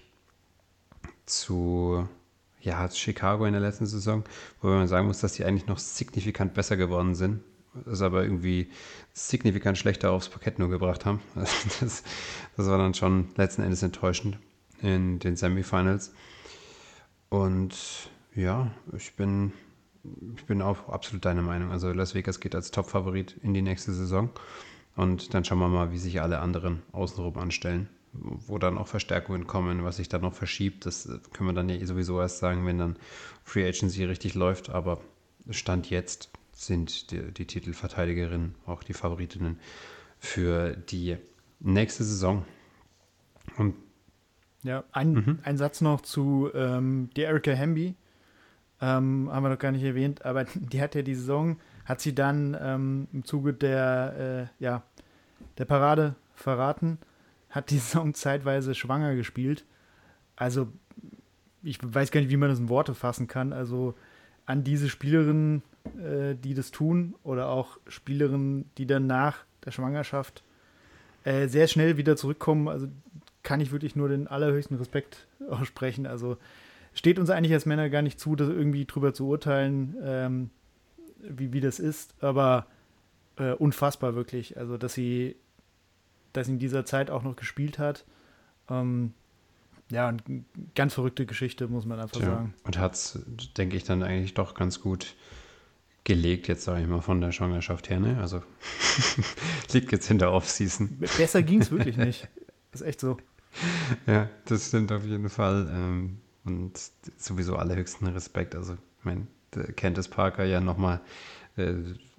S4: zu ja, Chicago in der letzten Saison, wo man sagen muss, dass die eigentlich noch signifikant besser geworden sind, das aber irgendwie signifikant schlechter aufs Parkett nur gebracht haben. Also das, das war dann schon letzten Endes enttäuschend in den Semifinals und ja, ich bin, ich bin auch absolut deiner Meinung. Also Las Vegas geht als Top-Favorit in die nächste Saison. Und dann schauen wir mal, wie sich alle anderen außenrum anstellen, wo dann auch Verstärkungen kommen, was sich dann noch verschiebt. Das können wir dann ja sowieso erst sagen, wenn dann Free Agency richtig läuft. Aber Stand jetzt sind die, die Titelverteidigerinnen auch die Favoritinnen für die nächste Saison. Und
S5: ja, ein,
S4: mhm.
S5: ein Satz noch zu ähm, der Erica Hamby. Ähm, haben wir noch gar nicht erwähnt, aber die hat ja die Saison, hat sie dann ähm, im Zuge der, äh, ja, der Parade verraten, hat die Saison zeitweise schwanger gespielt. Also, ich weiß gar nicht, wie man das in Worte fassen kann. Also, an diese Spielerinnen, äh, die das tun, oder auch Spielerinnen, die dann nach der Schwangerschaft äh, sehr schnell wieder zurückkommen, also kann ich wirklich nur den allerhöchsten Respekt aussprechen. Also, steht uns eigentlich als Männer gar nicht zu, das irgendwie drüber zu urteilen, ähm, wie, wie das ist, aber äh, unfassbar wirklich, also dass sie, dass sie in dieser Zeit auch noch gespielt hat. Ähm, ja, eine ganz verrückte Geschichte, muss man einfach
S4: ja,
S5: sagen.
S4: Und hat es, denke ich, dann eigentlich doch ganz gut gelegt, jetzt sage ich mal, von der Schwangerschaft her, ne? Also liegt jetzt in der Offseason.
S5: Besser ging es wirklich nicht. Das ist echt so.
S4: Ja, das stimmt auf jeden Fall. Ähm, Und sowieso allerhöchsten Respekt. Also, ich meine, Candace Parker ja nochmal äh,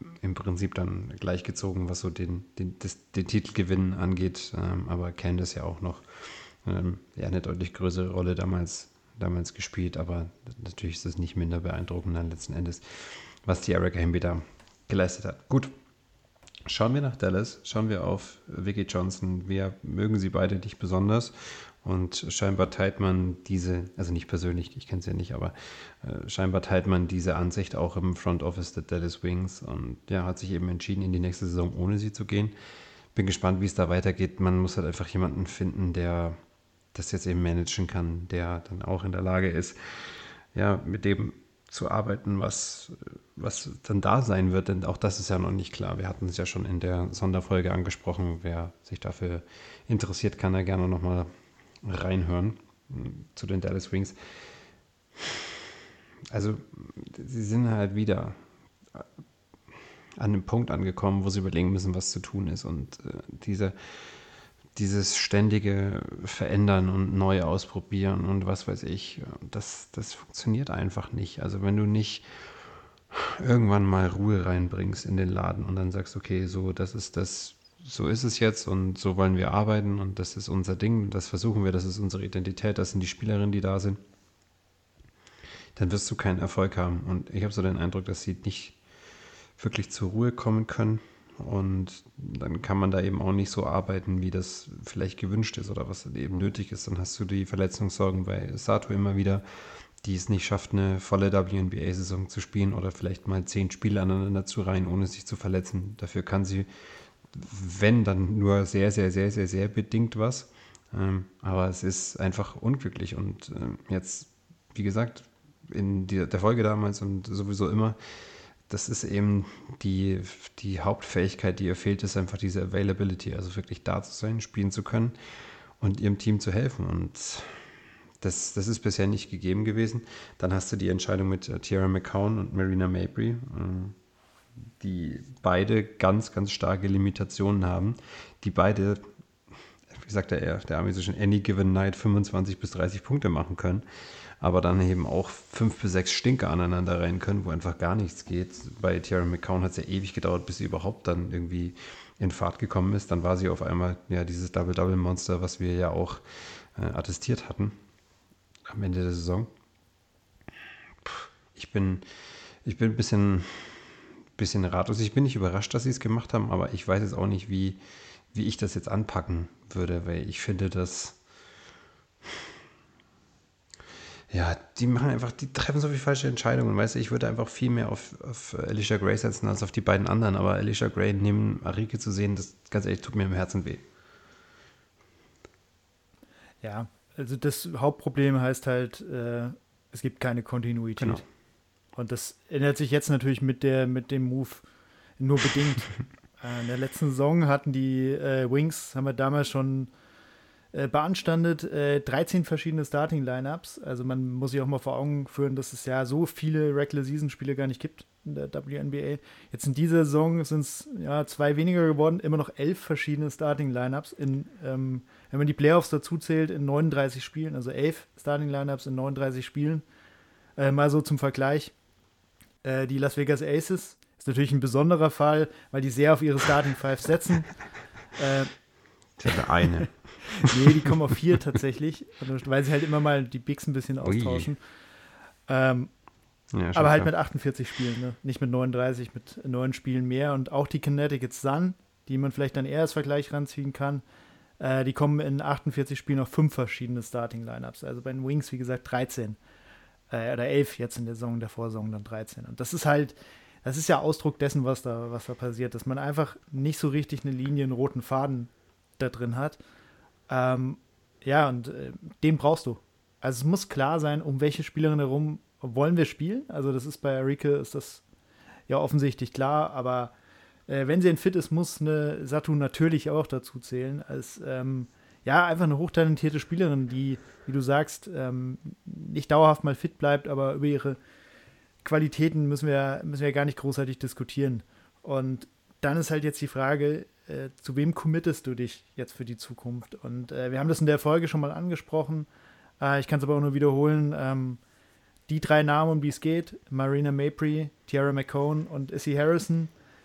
S4: im Prinzip dann gleichgezogen, was so den, den, das, den Titelgewinn angeht. Ähm, aber Candace ja auch noch ähm, ja, eine deutlich größere Rolle damals, damals gespielt. Aber natürlich ist es nicht minder beeindruckend dann letzten Endes, was die Erica Hamby da geleistet hat. Gut, schauen wir nach Dallas, schauen wir auf Vicki Johnson. Wir mögen sie beide nicht besonders. Und scheinbar teilt man diese, also nicht persönlich, ich kenne sie ja nicht, aber äh, scheinbar teilt man diese Ansicht auch im Front Office der Dallas Wings und ja, hat sich eben entschieden, in die nächste Saison ohne sie zu gehen. Bin gespannt, wie es da weitergeht. Man muss halt einfach jemanden finden, der das jetzt eben managen kann, der dann auch in der Lage ist, ja, mit dem zu arbeiten, was, was dann da sein wird, denn auch das ist ja noch nicht klar. Wir hatten es ja schon in der Sonderfolge angesprochen. Wer sich dafür interessiert, kann da gerne nochmal reinhören zu den Dallas Wings. Also sie sind halt wieder an einem Punkt angekommen, wo sie überlegen müssen, was zu tun ist und äh, diese, dieses ständige Verändern und neu ausprobieren und was weiß ich, das, das funktioniert einfach nicht. Also wenn du nicht irgendwann mal Ruhe reinbringst in den Laden und dann sagst, okay, so, das ist das, so ist es jetzt und so wollen wir arbeiten und das ist unser Ding, das versuchen wir, das ist unsere Identität, das sind die Spielerinnen, die da sind, dann wirst du keinen Erfolg haben. Und ich habe so den Eindruck, dass sie nicht wirklich zur Ruhe kommen können und dann kann man da eben auch nicht so arbeiten, wie das vielleicht gewünscht ist oder was eben nötig ist. Dann hast du die Verletzungssorgen bei Sato immer wieder, die es nicht schafft, eine volle W N B A-Saison zu spielen oder vielleicht mal zehn Spiele aneinander zu reihen, ohne sich zu verletzen. Dafür kann sie, wenn, dann nur sehr, sehr, sehr, sehr, sehr bedingt was. Ähm, aber es ist einfach unglücklich. Und ähm, jetzt, wie gesagt, in die, der Folge damals und sowieso immer, das ist eben die, die Hauptfähigkeit, die ihr fehlt, ist einfach diese Availability. Also wirklich da zu sein, spielen zu können und ihrem Team zu helfen. Und das, das ist bisher nicht gegeben gewesen. Dann hast du die Entscheidung mit äh, Tiara McCown und Marina Mabrey, äh, die beide ganz, ganz starke Limitationen haben, die beide, wie sagt der, der Ami so schön, any given night fünfundzwanzig bis dreißig Punkte machen können, aber dann eben auch fünf bis sechs Stinker aneinander rein können, wo einfach gar nichts geht. Bei Tiara McCown hat es ja ewig gedauert, bis sie überhaupt dann irgendwie in Fahrt gekommen ist. Dann war sie auf einmal ja dieses Double-Double-Monster, was wir ja auch äh, attestiert hatten am Ende der Saison. Puh, ich bin, ich bin ein bisschen... bisschen ratlos. Ich bin nicht überrascht, dass sie es gemacht haben, aber ich weiß jetzt auch nicht, wie, wie ich das jetzt anpacken würde, weil ich finde, dass ja, die machen einfach, die treffen so viele falsche Entscheidungen, weißt du, ich würde einfach viel mehr auf, auf Alicia Gray setzen als auf die beiden anderen, aber Alicia Gray neben Arike zu sehen, das ganz ehrlich tut mir im Herzen weh.
S5: Ja, also das Hauptproblem heißt halt, äh, es gibt keine Kontinuität.
S4: Genau.
S5: Und das ändert sich jetzt natürlich mit, der, mit dem Move nur bedingt. äh, in der letzten Saison hatten die äh, Wings, haben wir damals schon äh, beanstandet, äh, dreizehn verschiedene Starting-Lineups. Also man muss sich auch mal vor Augen führen, dass es ja so viele Regular-Season-Spiele gar nicht gibt in der W N B A. Jetzt in dieser Saison sind es ja, zwei weniger geworden, immer noch elf verschiedene Starting-Lineups. In, ähm, wenn man die Playoffs dazu zählt, in neununddreißig Spielen, also elf Starting-Lineups in neununddreißig Spielen. Äh, mal so zum Vergleich. Die Las Vegas Aces ist natürlich ein besonderer Fall, weil die sehr auf ihre Starting Five setzen. äh,
S4: Der eine.
S5: nee, die kommen auf vier tatsächlich, weil sie halt immer mal die Bigs ein bisschen austauschen. Ähm, ja, aber halt klar. Mit achtundvierzig Spielen, ne? Nicht mit neununddreißig, mit neun Spielen mehr. Und auch die Connecticut Sun, die man vielleicht dann eher als Vergleich ranziehen kann, äh, die kommen in achtundvierzig Spielen auf fünf verschiedene Starting Lineups. Also bei den Wings, wie gesagt, dreizehn. Oder elf jetzt in der Saison, der Vorsaison dann dreizehn. Und das ist halt, das ist ja Ausdruck dessen, was da, was da passiert, dass man einfach nicht so richtig eine Linie, einen roten Faden da drin hat. Ähm, ja, und äh, den brauchst du. Also es muss klar sein, um welche Spielerin herum wollen wir spielen. Also das ist bei Arike, ist das ja offensichtlich klar, aber äh, wenn sie ein Fit ist, muss eine Satu natürlich auch dazu zählen, als ähm, ja, einfach eine hochtalentierte Spielerin, die, wie du sagst, ähm, nicht dauerhaft mal fit bleibt, aber über ihre Qualitäten müssen wir, müssen wir gar nicht großartig diskutieren. Und dann ist halt jetzt die Frage, äh, zu wem committest du dich jetzt für die Zukunft? Und äh, wir haben das in der Folge schon mal angesprochen. Äh, ich kann es aber auch nur wiederholen. Ähm, die drei Namen, um die es geht, Marina Mabrey, Tiara McCown und Issy Harrison,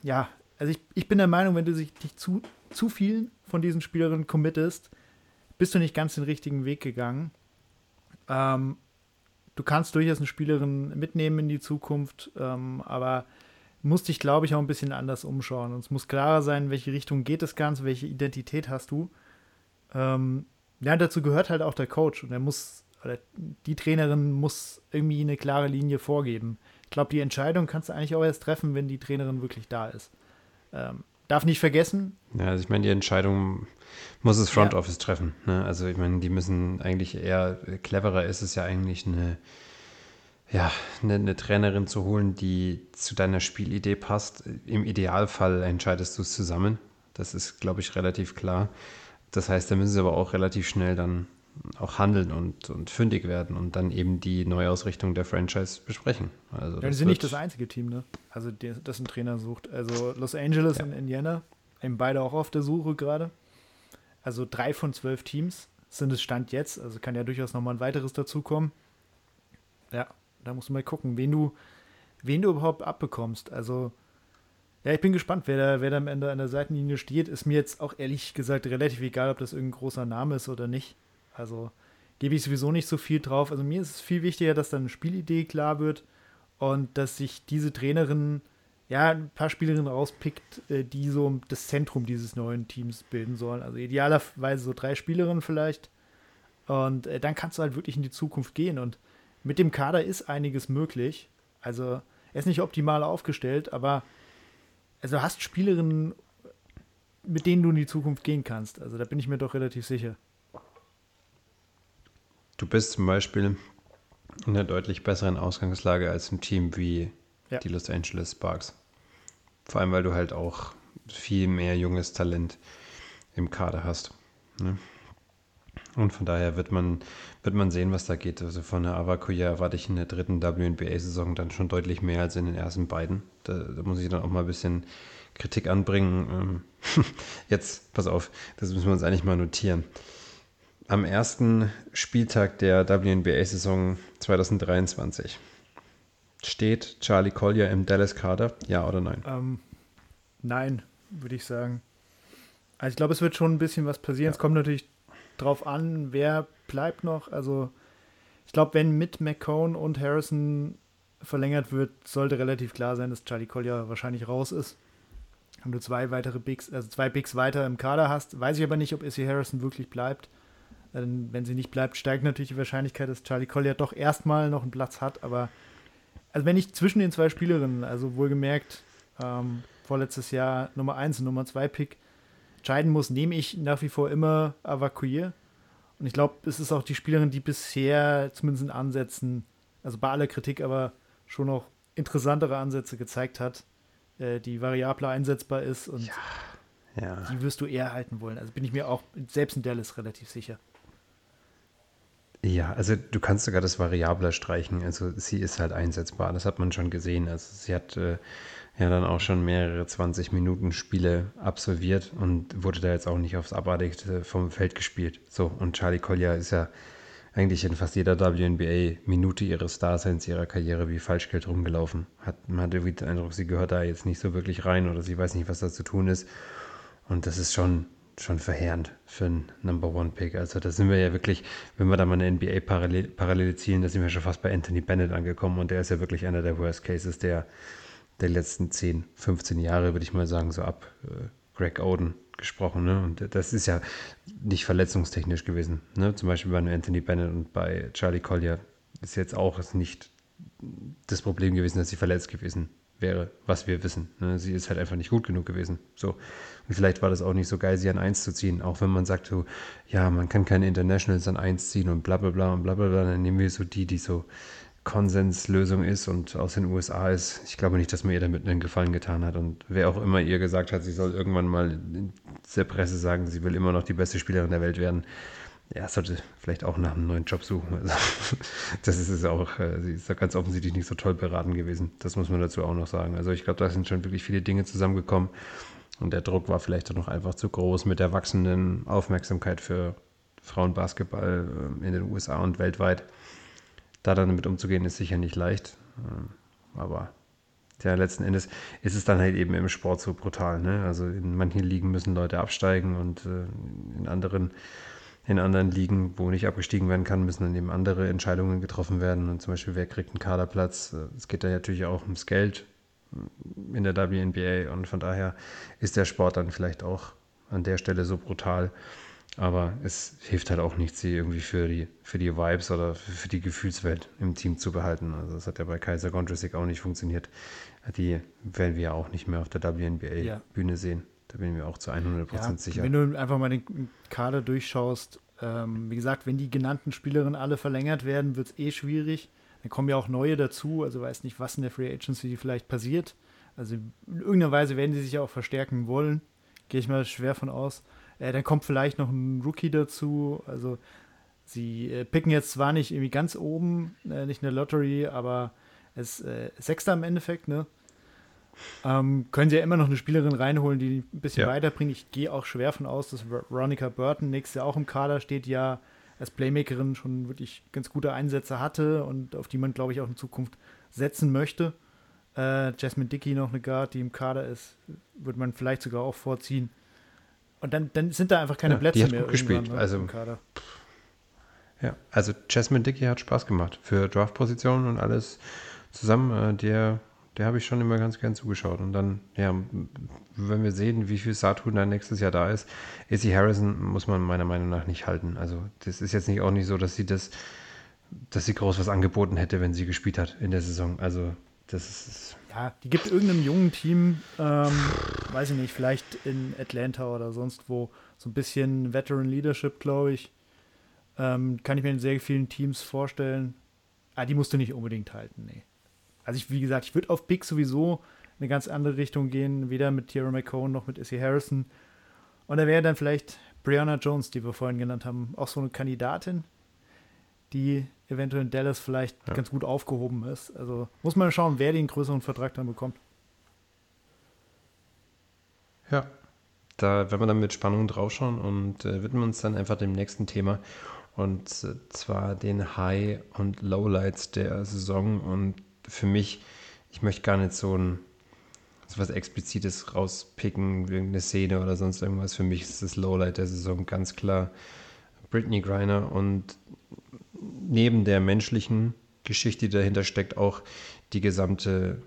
S5: ja, also ich, ich bin der Meinung, wenn du dich, dich zu, zu vielen von diesen Spielerinnen committest, bist du nicht ganz den richtigen Weg gegangen. Ähm, du kannst durchaus eine Spielerin mitnehmen in die Zukunft, ähm, aber musst dich, glaube ich, auch ein bisschen anders umschauen. Und es muss klarer sein, in welche Richtung geht das Ganze, welche Identität hast du. Ähm, ja, dazu gehört halt auch der Coach und er muss, oder die Trainerin muss irgendwie eine klare Linie vorgeben. Ich glaube, die Entscheidung kannst du eigentlich auch erst treffen, wenn die Trainerin wirklich da ist. Ähm, darf nicht vergessen.
S4: Ja, also ich meine, die Entscheidung muss das Front
S5: Ja.
S4: Office treffen. Ne? Also ich meine, die müssen eigentlich eher, cleverer ist es ja eigentlich, eine, ja, eine, eine Trainerin zu holen, die zu deiner Spielidee passt. Im Idealfall entscheidest du es zusammen. Das ist, glaube ich, relativ klar. Das heißt, da müssen sie aber auch relativ schnell dann auch handeln und, und fündig werden und dann eben die Neuausrichtung der Franchise besprechen. Also
S5: Ja,
S4: das
S5: die sind nicht
S4: wird-
S5: das einzige Team, ne? Also, die, das ein Trainer sucht. Also, Los Angeles
S4: Ja.
S5: und Indiana, eben beide auch auf der Suche gerade. Also, drei von zwölf Teams sind es Stand jetzt. Also, kann ja durchaus nochmal ein weiteres dazukommen. Ja, da musst du mal gucken, wen du, wen du überhaupt abbekommst. Also, ja, ich bin gespannt, wer da, wer da am Ende an der Seitenlinie steht. Ist mir jetzt auch ehrlich gesagt relativ egal, ob das irgendein großer Name ist oder nicht. Also, gebe ich sowieso nicht so viel drauf. Also, mir ist es viel wichtiger, dass dann eine Spielidee klar wird und dass sich diese Trainerin ja ein paar Spielerinnen rauspickt, äh, die so das Zentrum dieses neuen Teams bilden sollen. Also, idealerweise so drei Spielerinnen vielleicht. Und äh, dann kannst du halt wirklich in die Zukunft gehen. Und mit dem Kader ist einiges möglich. Also, er ist nicht optimal aufgestellt, aber also du hast Spielerinnen, mit denen du in die Zukunft gehen kannst. Also, da bin ich mir doch relativ sicher.
S4: Du bist zum Beispiel in einer deutlich besseren Ausgangslage als ein Team wie
S5: Ja.
S4: die Los Angeles Sparks. Vor allem, weil du halt auch viel mehr junges Talent im Kader hast. Ne? Und von daher wird man, wird man sehen, was da geht. Also von der Avakuya erwarte ich in der dritten W N B A-Saison dann schon deutlich mehr als in den ersten beiden. Da, da muss ich dann auch mal ein bisschen Kritik anbringen. Ähm, Jetzt, pass auf, das müssen wir uns eigentlich mal notieren. Am ersten Spieltag der W N B A-Saison zwanzig dreiundzwanzig steht Charlie Collier im Dallas-Kader, ja oder nein?
S5: Ähm, nein, würde ich sagen. Also ich glaube, es wird schon ein bisschen was passieren.
S4: Ja.
S5: Es kommt natürlich drauf an, wer bleibt noch. Also ich glaube, wenn mit McCone und Harrison verlängert wird, sollte relativ klar sein, dass Charlie Collier wahrscheinlich raus ist. Und du zwei weitere Bigs, also zwei Bigs weiter im Kader hast. Weiß ich aber nicht, ob Issy Harrison wirklich bleibt. Denn wenn sie nicht bleibt, steigt natürlich die Wahrscheinlichkeit, dass Charlie Collier doch erstmal noch einen Platz hat. Aber also wenn ich zwischen den zwei Spielerinnen, also wohlgemerkt, ähm, vorletztes Jahr Nummer eins und Nummer zwei Pick, entscheiden muss, nehme ich nach wie vor immer Avakuye. Und ich glaube, es ist auch die Spielerin, die bisher zumindest in Ansätzen, also bei aller Kritik, aber schon noch interessantere Ansätze gezeigt hat, äh, die variabler einsetzbar ist und
S4: Ja.
S5: die wirst du eher halten wollen. Also bin ich mir auch selbst in Dallas relativ sicher.
S4: Ja, also du kannst sogar das variabler streichen. Also sie ist halt einsetzbar, das hat man schon gesehen. Also sie hat äh, ja dann auch schon mehrere zwanzig Minuten Spiele absolviert und wurde da jetzt auch nicht aufs Abartigste vom Feld gespielt. So, und Charlie Collier ist ja eigentlich in fast jeder W N B A-Minute ihres Daseins, ihrer Karriere wie Falschgeld rumgelaufen. Hat, man hat irgendwie den Eindruck, sie gehört da jetzt nicht so wirklich rein oder sie weiß nicht, was da zu tun ist. Und das ist schon, schon verheerend für einen Number-One-Pick. Also da sind wir ja wirklich, wenn wir da mal eine N B A-Parallele ziehen, da sind wir schon fast bei Anthony Bennett angekommen und der ist ja wirklich einer der Worst Cases der, der letzten zehn, fünfzehn Jahre, würde ich mal sagen, so ab äh, Greg Oden gesprochen. Ne? Und das ist ja nicht verletzungstechnisch gewesen. Ne? Zum Beispiel bei Anthony Bennett und bei Charlie Collier ist jetzt auch nicht das Problem gewesen, dass sie verletzt gewesen wäre, was wir wissen. Ne? Sie ist halt einfach nicht gut genug gewesen. So. Und vielleicht war das auch nicht so geil, sie an eins zu ziehen. Auch wenn man sagt, so, ja, man kann keine Internationals an eins ziehen und bla bla bla und bla bla bla, dann nehmen wir so die, die so Konsenslösung ist und aus den U S A ist. Ich glaube nicht, dass man ihr damit einen Gefallen getan hat. Und wer auch immer ihr gesagt hat, sie soll irgendwann mal in der Presse sagen, sie will immer noch die beste Spielerin der Welt werden, ja, sollte vielleicht auch nach einem neuen Job suchen. Also, das ist es auch, sie ist da ganz offensichtlich nicht so toll beraten gewesen. Das muss man dazu auch noch sagen. Also ich glaube, da sind schon wirklich viele Dinge zusammengekommen und der Druck war vielleicht auch noch einfach zu groß mit der wachsenden Aufmerksamkeit für Frauenbasketball in den U S A und weltweit. Da dann damit umzugehen, ist sicher nicht leicht. Aber Ja, letzten Endes ist es dann halt eben im Sport so brutal. Ne? Also in manchen Ligen müssen Leute absteigen und äh, in anderen in anderen Ligen, wo nicht abgestiegen werden kann, müssen dann eben andere Entscheidungen getroffen werden. Und zum Beispiel, wer kriegt einen Kaderplatz? Es geht dann natürlich auch ums Geld in der W N B A und von daher ist der Sport dann vielleicht auch an der Stelle so brutal. Aber es hilft halt auch nichts, sie irgendwie für die, für die Vibes oder für die Gefühlswelt im Team zu behalten. Also das hat ja bei Kaiser Gondrzic auch nicht funktioniert. Die werden wir ja auch nicht mehr auf der W N B A-Bühne ja. sehen. Da bin ich mir auch zu hundert Prozent ja, sicher.
S5: Wenn du einfach mal den Kader durchschaust, ähm, wie gesagt, wenn die genannten Spielerinnen alle verlängert werden, wird es eh schwierig. Dann kommen ja auch neue dazu. Also weiß nicht, was in der Free Agency vielleicht passiert. Also in irgendeiner Weise werden sie sich ja auch verstärken wollen. Gehe ich mal schwer von aus. Äh, dann kommt vielleicht noch ein Rookie dazu. Also sie äh, picken jetzt zwar nicht irgendwie ganz oben, äh, nicht eine Lottery, aber es ist äh, Sechster im Endeffekt, ne? Ähm, können sie ja immer noch eine Spielerin reinholen, die ein bisschen ja. weiterbringt. Ich gehe auch schwer von aus, dass Veronica Burton nächstes Jahr auch im Kader steht, die ja als Playmakerin schon wirklich ganz gute Einsätze hatte und auf die man, glaube ich, auch in Zukunft setzen möchte. Äh, Jasmine Dickey noch eine Guard, die im Kader ist, würde man vielleicht sogar auch vorziehen. Und dann, dann sind da einfach keine
S4: ja,
S5: Plätze
S4: die hat
S5: mehr
S4: gut gespielt.
S5: Ne,
S4: also,
S5: im Kader.
S4: Ja, also Jasmine Dickey hat Spaß gemacht für Draftpositionen und alles zusammen. Äh, der der habe ich schon immer ganz gern zugeschaut. Und dann, ja, wenn wir sehen, wie viel Saturn dann nächstes Jahr da ist, Izzy Harrison muss man meiner Meinung nach nicht halten. Also das ist jetzt nicht auch nicht so, dass sie das, dass sie groß was angeboten hätte, wenn sie gespielt hat in der Saison. Also das ist...
S5: Ja, die gibt irgendeinem jungen Team, ähm, weiß ich nicht, vielleicht in Atlanta oder sonst wo, so ein bisschen Veteran Leadership, glaube ich. Ähm, kann ich mir in sehr vielen Teams vorstellen. Ah, die musst du nicht unbedingt halten, nee. Also ich, wie gesagt, ich würde auf Pick sowieso in eine ganz andere Richtung gehen, weder mit Tierra McCone noch mit Izzy Harrison. Und da wäre dann vielleicht Brianna Jones, die wir vorhin genannt haben, auch so eine Kandidatin, die eventuell in Dallas vielleicht ja. ganz gut aufgehoben ist. Also muss man schauen, wer den größeren Vertrag dann bekommt.
S4: Ja, da werden wir dann mit Spannung draufschauen und äh, widmen uns dann einfach dem nächsten Thema. Und äh, zwar den High- und Lowlights der Saison. Und für mich, ich möchte gar nicht so ein so was Explizites rauspicken, irgendeine Szene oder sonst irgendwas. Für mich ist das Lowlight der Saison ganz klar Brittney Griner und neben der menschlichen Geschichte, die dahinter steckt, auch die gesamte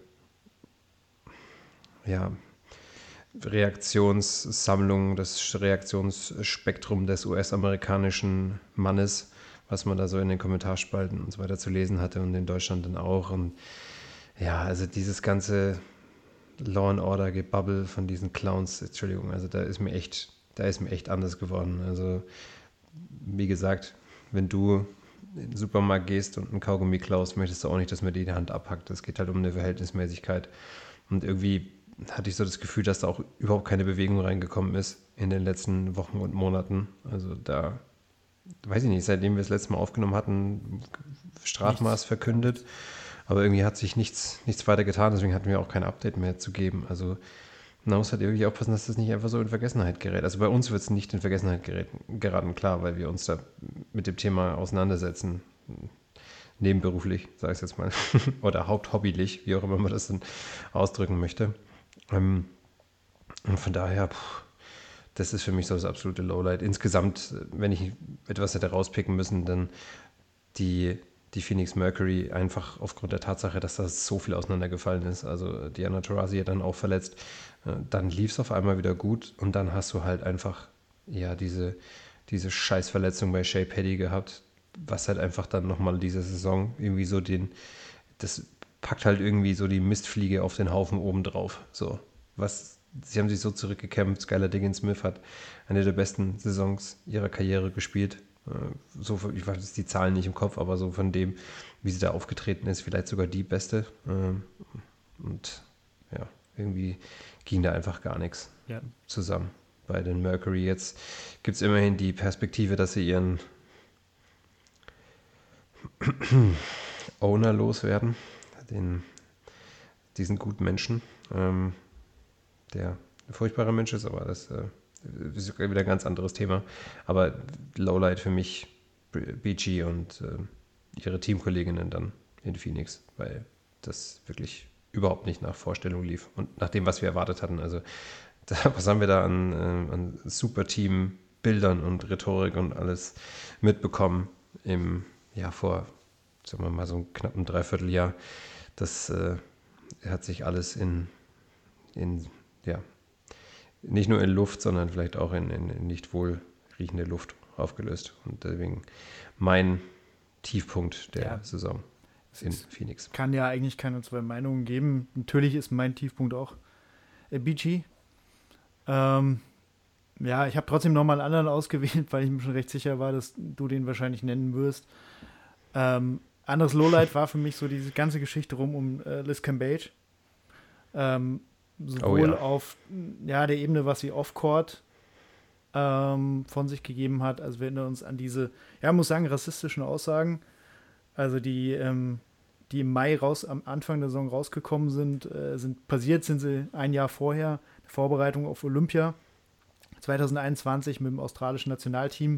S4: ja, Reaktionssammlung, das Reaktionsspektrum des U S-amerikanischen Mannes, was man da so in den Kommentarspalten und so weiter zu lesen hatte und in Deutschland dann auch. Und ja, also dieses ganze Law and Order Gebubble von diesen Clowns, Entschuldigung, also da ist mir echt, da ist mir echt anders geworden. Also wie gesagt, wenn du in den Supermarkt gehst und einen Kaugummi klaust, möchtest du auch nicht, dass man dir die Hand abhackt. Es geht halt um eine Verhältnismäßigkeit. Und irgendwie hatte ich so das Gefühl, dass da auch überhaupt keine Bewegung reingekommen ist in den letzten Wochen und Monaten. Also da, weiß ich nicht, seitdem wir das letzte Mal aufgenommen hatten, Strafmaß nichts verkündet. Aber irgendwie hat sich nichts, nichts weiter getan, deswegen hatten wir auch kein Update mehr zu geben. Also man muss halt irgendwie aufpassen, dass das nicht einfach so in Vergessenheit gerät. Also bei uns wird es nicht in Vergessenheit geraten, geraten, klar, weil wir uns da mit dem Thema auseinandersetzen. Nebenberuflich, sage ich jetzt mal. Oder haupthobbylich, wie auch immer man das dann ausdrücken möchte. Und von daher, puh, das ist für mich so das absolute Lowlight. Insgesamt, wenn ich etwas hätte rauspicken müssen, dann die, die Phoenix Mercury einfach aufgrund der Tatsache, dass das so viel auseinandergefallen ist. Also Diana Taurasi hat dann auch verletzt. Dann lief es auf einmal wieder gut und dann hast du halt einfach ja diese, diese Scheißverletzung bei Shea Petty gehabt, was halt einfach dann nochmal diese Saison irgendwie so den, das packt halt irgendwie so die Mistfliege auf den Haufen oben drauf. So, was, sie haben sich so zurückgekämpft. Skylar Diggins-Smith hat eine der besten Saisons ihrer Karriere gespielt. So, ich weiß die Zahlen nicht im Kopf, aber so von dem, wie sie da aufgetreten ist, vielleicht sogar die beste. Und ja, irgendwie ging da einfach gar nichts ja. zusammen bei den Mercury. Jetzt gibt es immerhin die Perspektive, dass sie ihren Owner loswerden, den, diesen guten Menschen, ähm, der ein furchtbarer Mensch ist, aber das äh, ist wieder ein ganz anderes Thema. Aber Lowlight für mich B G und äh, ihre Teamkolleginnen dann in Phoenix, weil das wirklich überhaupt nicht nach Vorstellung lief und nach dem, was wir erwartet hatten. Also da, was haben wir da an, äh, an Superteam Bildern und Rhetorik und alles mitbekommen im, ja, vor, sagen wir mal, so einem knappen Dreivierteljahr. Das äh, hat sich alles in, in, ja, nicht nur in Luft, sondern vielleicht auch in, in, in nicht wohl riechende Luft aufgelöst. Und deswegen mein Tiefpunkt der
S5: ja.
S4: Saison in Phoenix.
S5: Kann ja eigentlich keine zwei Meinungen geben. Natürlich ist mein Tiefpunkt auch äh, B G. Ähm, ja, ich habe trotzdem nochmal einen anderen ausgewählt, weil ich mir schon recht sicher war, dass du den wahrscheinlich nennen wirst. Ähm, anderes Lowlight war für mich so diese ganze Geschichte rum um äh, Liz Cambage. Ähm, sowohl
S4: oh ja.
S5: auf ja, der Ebene, was sie off-court ähm, von sich gegeben hat. Also wir erinnern uns an diese, ja, muss sagen, rassistischen Aussagen. Also die, ähm, die im Mai raus, am Anfang der Saison rausgekommen sind, äh, sind passiert sind sie ein Jahr vorher, die Vorbereitung auf Olympia zwanzig einundzwanzig mit dem australischen Nationalteam.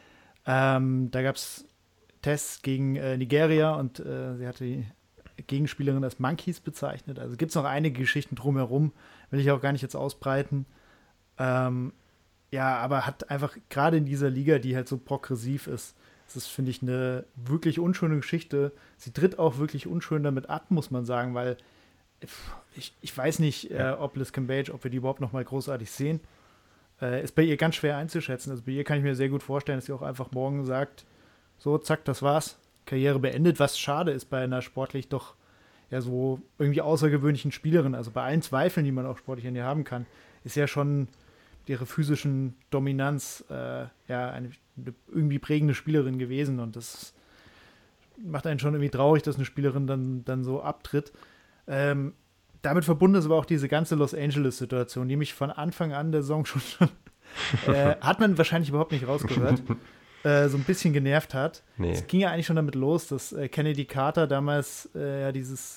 S5: Ähm, da gab es Tests gegen äh, Nigeria und äh, sie hatte die Gegenspielerin als Monkeys bezeichnet. Also gibt es noch einige Geschichten drumherum, will ich auch gar nicht jetzt ausbreiten. Ähm, ja, aber hat einfach gerade in dieser Liga, die halt so progressiv ist, das ist, finde ich, eine wirklich unschöne Geschichte. Sie tritt auch wirklich unschön damit ab, muss man sagen, weil ich, ich weiß nicht, ja. äh, ob Liz Cambage, ob wir die überhaupt noch mal großartig sehen. Äh, ist bei ihr ganz schwer einzuschätzen. Also bei ihr kann ich mir sehr gut vorstellen, dass sie auch einfach morgen sagt, so, zack, das war's. Karriere beendet, was schade ist bei einer sportlich doch ja so irgendwie außergewöhnlichen Spielerin. Also bei allen Zweifeln, die man auch sportlich an ihr haben kann, ist ja schon ihre physischen Dominanz äh, ja eine, eine irgendwie prägende Spielerin gewesen und das macht einen schon irgendwie traurig, dass eine Spielerin dann, dann so abtritt. Ähm, damit verbunden ist aber auch diese ganze Los Angeles-Situation, die mich von Anfang an der Saison schon, äh, hat man wahrscheinlich überhaupt nicht rausgehört, äh, so ein bisschen genervt hat.
S4: Nee.
S5: Es ging ja eigentlich schon damit los, dass äh, Kennedy Carter damals äh, ja dieses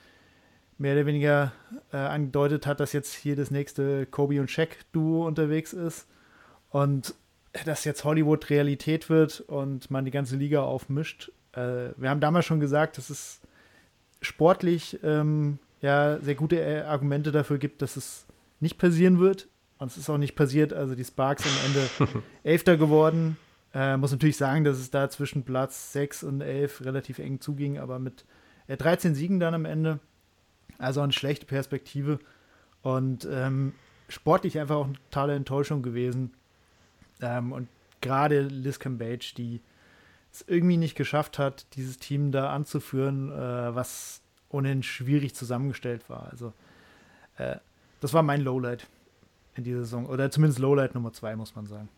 S5: mehr oder weniger äh, angedeutet hat, dass jetzt hier das nächste Kobe und Shaq-Duo unterwegs ist und dass jetzt Hollywood Realität wird und man die ganze Liga aufmischt. Äh, wir haben damals schon gesagt, dass es sportlich ähm, ja sehr gute äh, Argumente dafür gibt, dass es nicht passieren wird. Und es ist auch nicht passiert. Also die Sparks am Ende Elfter geworden. Äh, muss natürlich sagen, dass es da zwischen Platz sechs und elf relativ eng zuging, aber mit äh, dreizehn Siegen dann am Ende. Also eine schlechte Perspektive. Und ähm, sportlich einfach auch eine totale Enttäuschung gewesen. Ähm, und gerade Liz Cambage, die es irgendwie nicht geschafft hat, dieses Team da anzuführen, äh, was ohnehin schwierig zusammengestellt war. Also äh, das war mein Lowlight in dieser Saison. Oder zumindest Lowlight Nummer zwei, muss man sagen.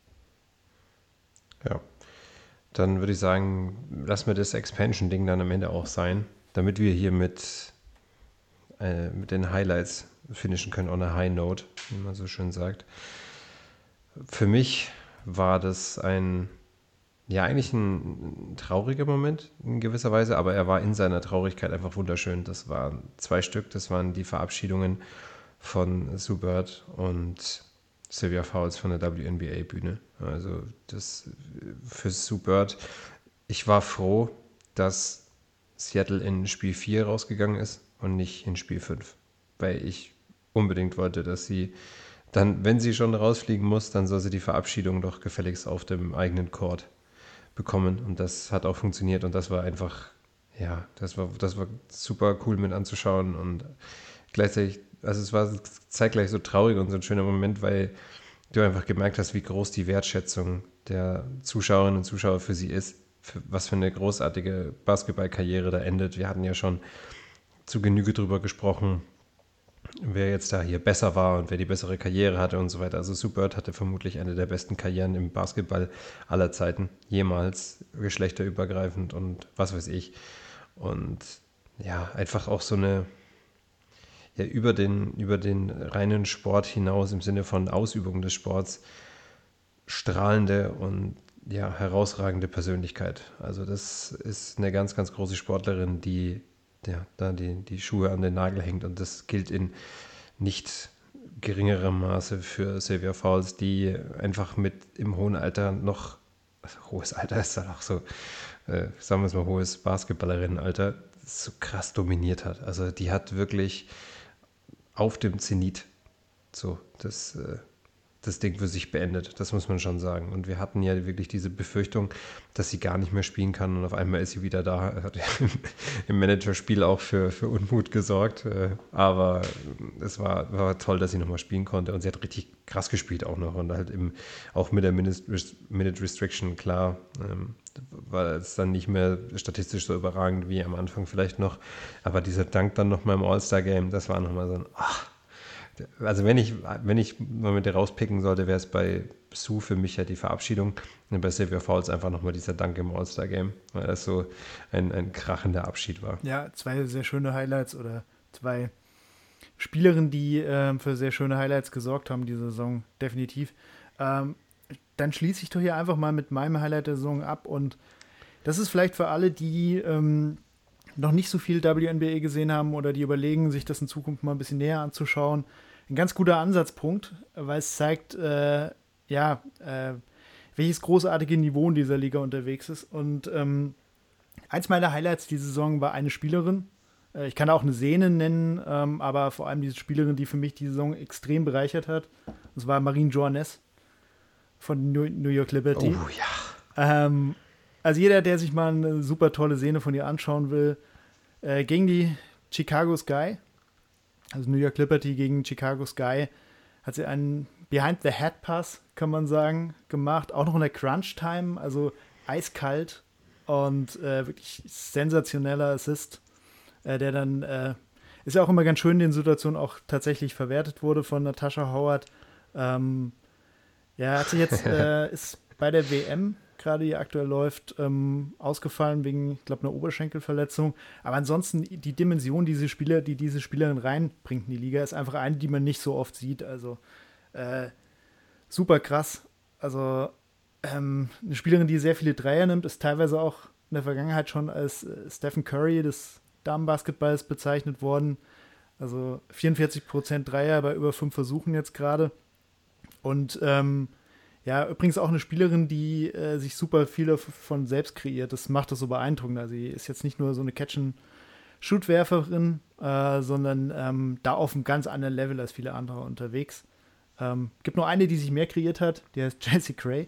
S4: Ja, dann würde ich sagen, lassen wir das Expansion-Ding dann am Ende auch sein, damit wir hier mit, äh, mit den Highlights finishen können, on a high note, wie man so schön sagt. Für mich war das ein, ja, eigentlich ein, ein trauriger Moment in gewisser Weise, aber er war in seiner Traurigkeit einfach wunderschön. Das waren zwei Stück, das waren die Verabschiedungen von Sue Bird und Sylvia Fowles von der W N B A-Bühne. Also das für Sue Bird, ich war froh, dass Seattle in Spiel vier rausgegangen ist und nicht in Spiel fünf, weil ich unbedingt wollte, dass sie dann, wenn sie schon rausfliegen muss, dann soll sie die Verabschiedung doch gefälligst auf dem eigenen Court bekommen. Und das hat auch funktioniert und das war einfach, ja, das war, das war super cool mit anzuschauen und gleichzeitig, also es war zeitgleich so traurig und so ein schöner Moment, weil du einfach gemerkt hast, wie groß die Wertschätzung der Zuschauerinnen und Zuschauer für sie ist, für was für eine großartige Basketballkarriere da endet. Wir hatten ja schon zu Genüge drüber gesprochen, wer jetzt da hier besser war und wer die bessere Karriere hatte und so weiter. Also Sue Bird hatte vermutlich eine der besten Karrieren im Basketball aller Zeiten, jemals, geschlechterübergreifend und was weiß ich. Und ja, einfach auch so eine, ja, über den, über den reinen Sport hinaus im Sinne von Ausübung des Sports strahlende und ja, herausragende Persönlichkeit. Also das ist eine ganz, ganz große Sportlerin, die ja, da die, die Schuhe an den Nagel hängt und das gilt in nicht geringerem Maße für Sylvia Fowles, die einfach mit im hohen Alter noch, also hohes Alter ist dann auch so, äh, sagen wir es mal, hohes Basketballerinnenalter, so krass dominiert hat. Also die hat wirklich auf dem Zenit so das, das Ding für sich beendet. Das muss man schon sagen. Und wir hatten ja wirklich diese Befürchtung, dass sie gar nicht mehr spielen kann und auf einmal ist sie wieder da. Hat im Managerspiel auch für, für Unmut gesorgt. Aber es war, war toll, dass sie nochmal spielen konnte und sie hat richtig krass gespielt auch noch und halt im, auch mit der Minute Restriction, klar, ähm, war es dann nicht mehr statistisch so überragend wie am Anfang vielleicht noch, aber dieser Dank dann nochmal im All-Star-Game, das war nochmal so ein, ach, also wenn ich, wenn ich mal mit dir rauspicken sollte, wäre es bei Sue für mich ja die Verabschiedung und bei Sylvia Fowles einfach nochmal dieser Dank im All-Star-Game, weil das so ein, ein krachender Abschied war.
S5: Ja, zwei sehr schöne Highlights oder zwei Spielerinnen, die äh, für sehr schöne Highlights gesorgt haben diese Saison, definitiv. Ähm, dann schließe ich doch hier einfach mal mit meinem Highlight der Saison ab und das ist vielleicht für alle, die ähm, noch nicht so viel W N B A gesehen haben oder die überlegen, sich das in Zukunft mal ein bisschen näher anzuschauen, ein ganz guter Ansatzpunkt, weil es zeigt, äh, ja, äh, welches großartige Niveau in dieser Liga unterwegs ist. Und ähm, eins meiner Highlights diese Saison war eine Spielerin, äh, ich kann auch eine Sehne nennen, ähm, aber vor allem diese Spielerin, die für mich die Saison extrem bereichert hat. Das war Marine Johannes von New York Liberty.
S4: Oh ja.
S5: Ähm, also jeder, der sich mal eine super tolle Szene von ihr anschauen will, äh, gegen die Chicago Sky, also New York Liberty gegen Chicago Sky, hat sie einen Behind-the-Head-Pass, kann man sagen, gemacht. Auch noch in der Crunch-Time, also eiskalt und äh, wirklich sensationeller Assist, äh, der dann, äh, ist ja auch immer ganz schön in den Situationen auch tatsächlich verwertet wurde von Natasha Howard. Ähm, ja, hat sie jetzt, äh, ist bei der W M gerade die aktuell läuft, ähm, ausgefallen wegen, ich glaube, einer Oberschenkelverletzung. Aber ansonsten die Dimension, diese Spieler, die diese Spielerin reinbringt in die Liga, ist einfach eine, die man nicht so oft sieht. Also äh, super krass. Also ähm, eine Spielerin, die sehr viele Dreier nimmt, ist teilweise auch in der Vergangenheit schon als äh, Stephen Curry des Damenbasketballs bezeichnet worden. Also vierundvierzig Prozent Dreier bei über fünf Versuchen jetzt gerade. Und ähm, ja, übrigens auch eine Spielerin, die äh, sich super viel von selbst kreiert. Das macht das so beeindruckend. Also sie ist jetzt nicht nur so eine Catch-and-Shoot-Werferin, äh, sondern ähm, da auf einem ganz anderen Level als viele andere unterwegs. Ähm, gibt nur eine, die sich mehr kreiert hat, die heißt Chelsea Gray.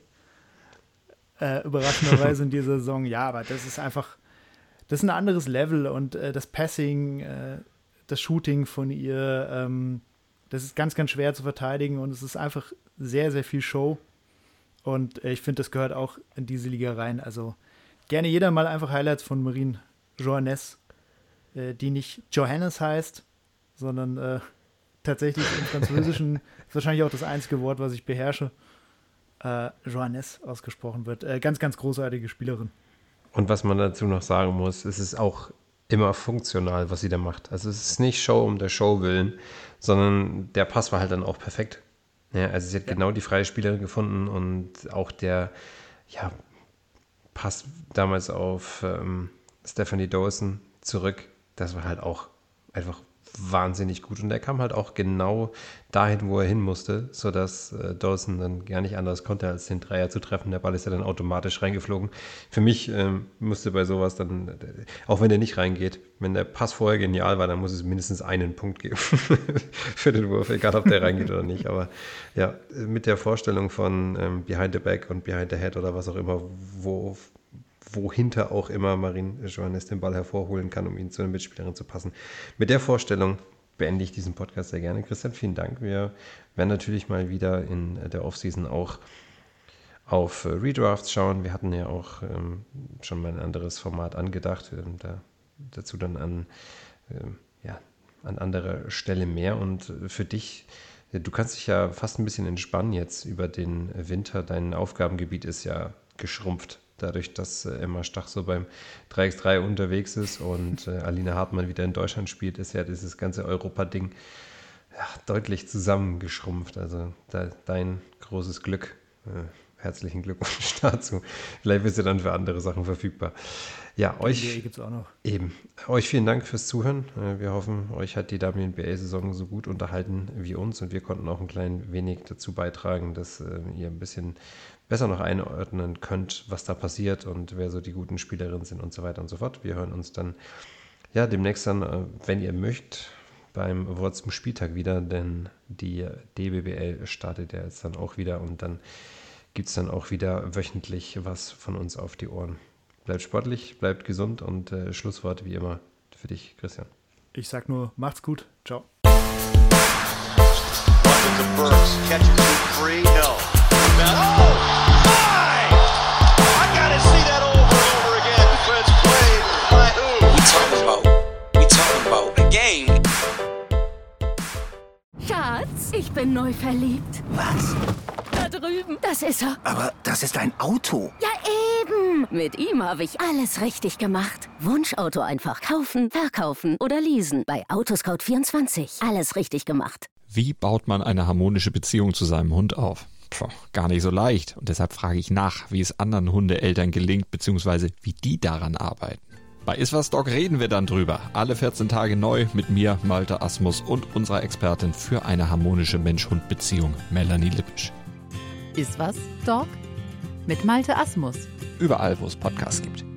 S5: Äh, überraschenderweise in dieser Saison. Ja, aber das ist einfach, das ist ein anderes Level und äh, das Passing, äh, das Shooting von ihr, ähm, das ist ganz, ganz schwer zu verteidigen und es ist einfach sehr, sehr viel Show. Und ich finde, das gehört auch in diese Liga rein. Also gerne jeder mal einfach Highlights von Marine Johannes, äh, die nicht Johannes heißt, sondern äh, tatsächlich im Französischen ist wahrscheinlich auch das einzige Wort, was ich beherrsche, äh, Johannes ausgesprochen wird. Äh, ganz, ganz großartige Spielerin.
S4: Und was man dazu noch sagen muss, es ist auch immer funktional, was sie da macht. Also es ist nicht Show um der Show willen, sondern der Pass war halt dann auch perfekt. Ja, also sie hat ja genau die freie Spielerin gefunden und auch der ja, Pass damals auf ähm, Stephanie Dawson zurück, das war halt auch einfach wahnsinnig gut und er kam halt auch genau dahin, wo er hin musste, sodass äh, Dawson dann gar nicht anders konnte, als den Dreier zu treffen. Der Ball ist ja dann automatisch reingeflogen. Für mich ähm, musste bei sowas dann, äh, auch wenn der nicht reingeht, wenn der Pass vorher genial war, dann muss es mindestens einen Punkt geben für den Wurf, egal ob der reingeht oder nicht. Aber ja, mit der Vorstellung von ähm, Behind the Back und Behind the Head oder was auch immer, wo wohinter auch immer Marine Johannes den Ball hervorholen kann, um ihn zu einer Mitspielerin zu passen. Mit der Vorstellung beende ich diesen Podcast sehr gerne. Christian, vielen Dank. Wir werden natürlich mal wieder in der Offseason auch auf Redrafts schauen. Wir hatten ja auch ähm, schon mal ein anderes Format angedacht, ähm, da, dazu dann an, ähm, ja, an anderer Stelle mehr. Und für dich, du kannst dich ja fast ein bisschen entspannen jetzt über den Winter. Dein Aufgabengebiet ist ja geschrumpft. Dadurch, dass äh, Emma Stach so beim drei gegen drei unterwegs ist und äh, Alina Hartmann wieder in Deutschland spielt, ist ja dieses ganze Europa-Ding ja, deutlich zusammengeschrumpft. Also da, dein großes Glück. Äh, herzlichen Glückwunsch dazu. Vielleicht bist du dann für andere Sachen verfügbar. Ja, euch
S5: gibt's auch noch.
S4: Eben. Euch vielen Dank fürs Zuhören. Äh, wir hoffen, euch hat die W N B A-Saison so gut unterhalten wie uns und wir konnten auch ein klein wenig dazu beitragen, dass äh, ihr ein bisschen besser noch einordnen könnt, was da passiert und wer so die guten Spielerinnen sind und so weiter und so fort. Wir hören uns dann ja, demnächst dann, wenn ihr mögt, beim Wort zum Spieltag wieder, denn die D B B L startet ja jetzt dann auch wieder und dann gibt es dann auch wieder wöchentlich was von uns auf die Ohren. Bleibt sportlich, bleibt gesund und äh, Schlusswort wie immer für dich, Christian.
S5: Ich sag nur, macht's gut. Ciao.
S6: Schatz, ich bin neu verliebt.
S7: Was?
S6: Da drüben. Das ist er.
S7: Aber das ist ein Auto.
S6: Ja, eben. Mit ihm habe ich alles richtig gemacht. Wunschauto einfach kaufen, verkaufen oder leasen. Bei Autoscout vierundzwanzig. Alles richtig gemacht.
S8: Wie baut man eine harmonische Beziehung zu seinem Hund auf? Puh, gar nicht so leicht. Und deshalb frage ich nach, wie es anderen Hundeeltern gelingt, beziehungsweise wie die daran arbeiten. Bei Iswas Dog reden wir dann drüber. Alle vierzehn Tage neu mit mir, Malte Asmus und unserer Expertin für eine harmonische Mensch-Hund-Beziehung, Melanie Lippisch.
S9: Iswas Dog mit Malte Asmus.
S8: Überall, wo es Podcasts gibt.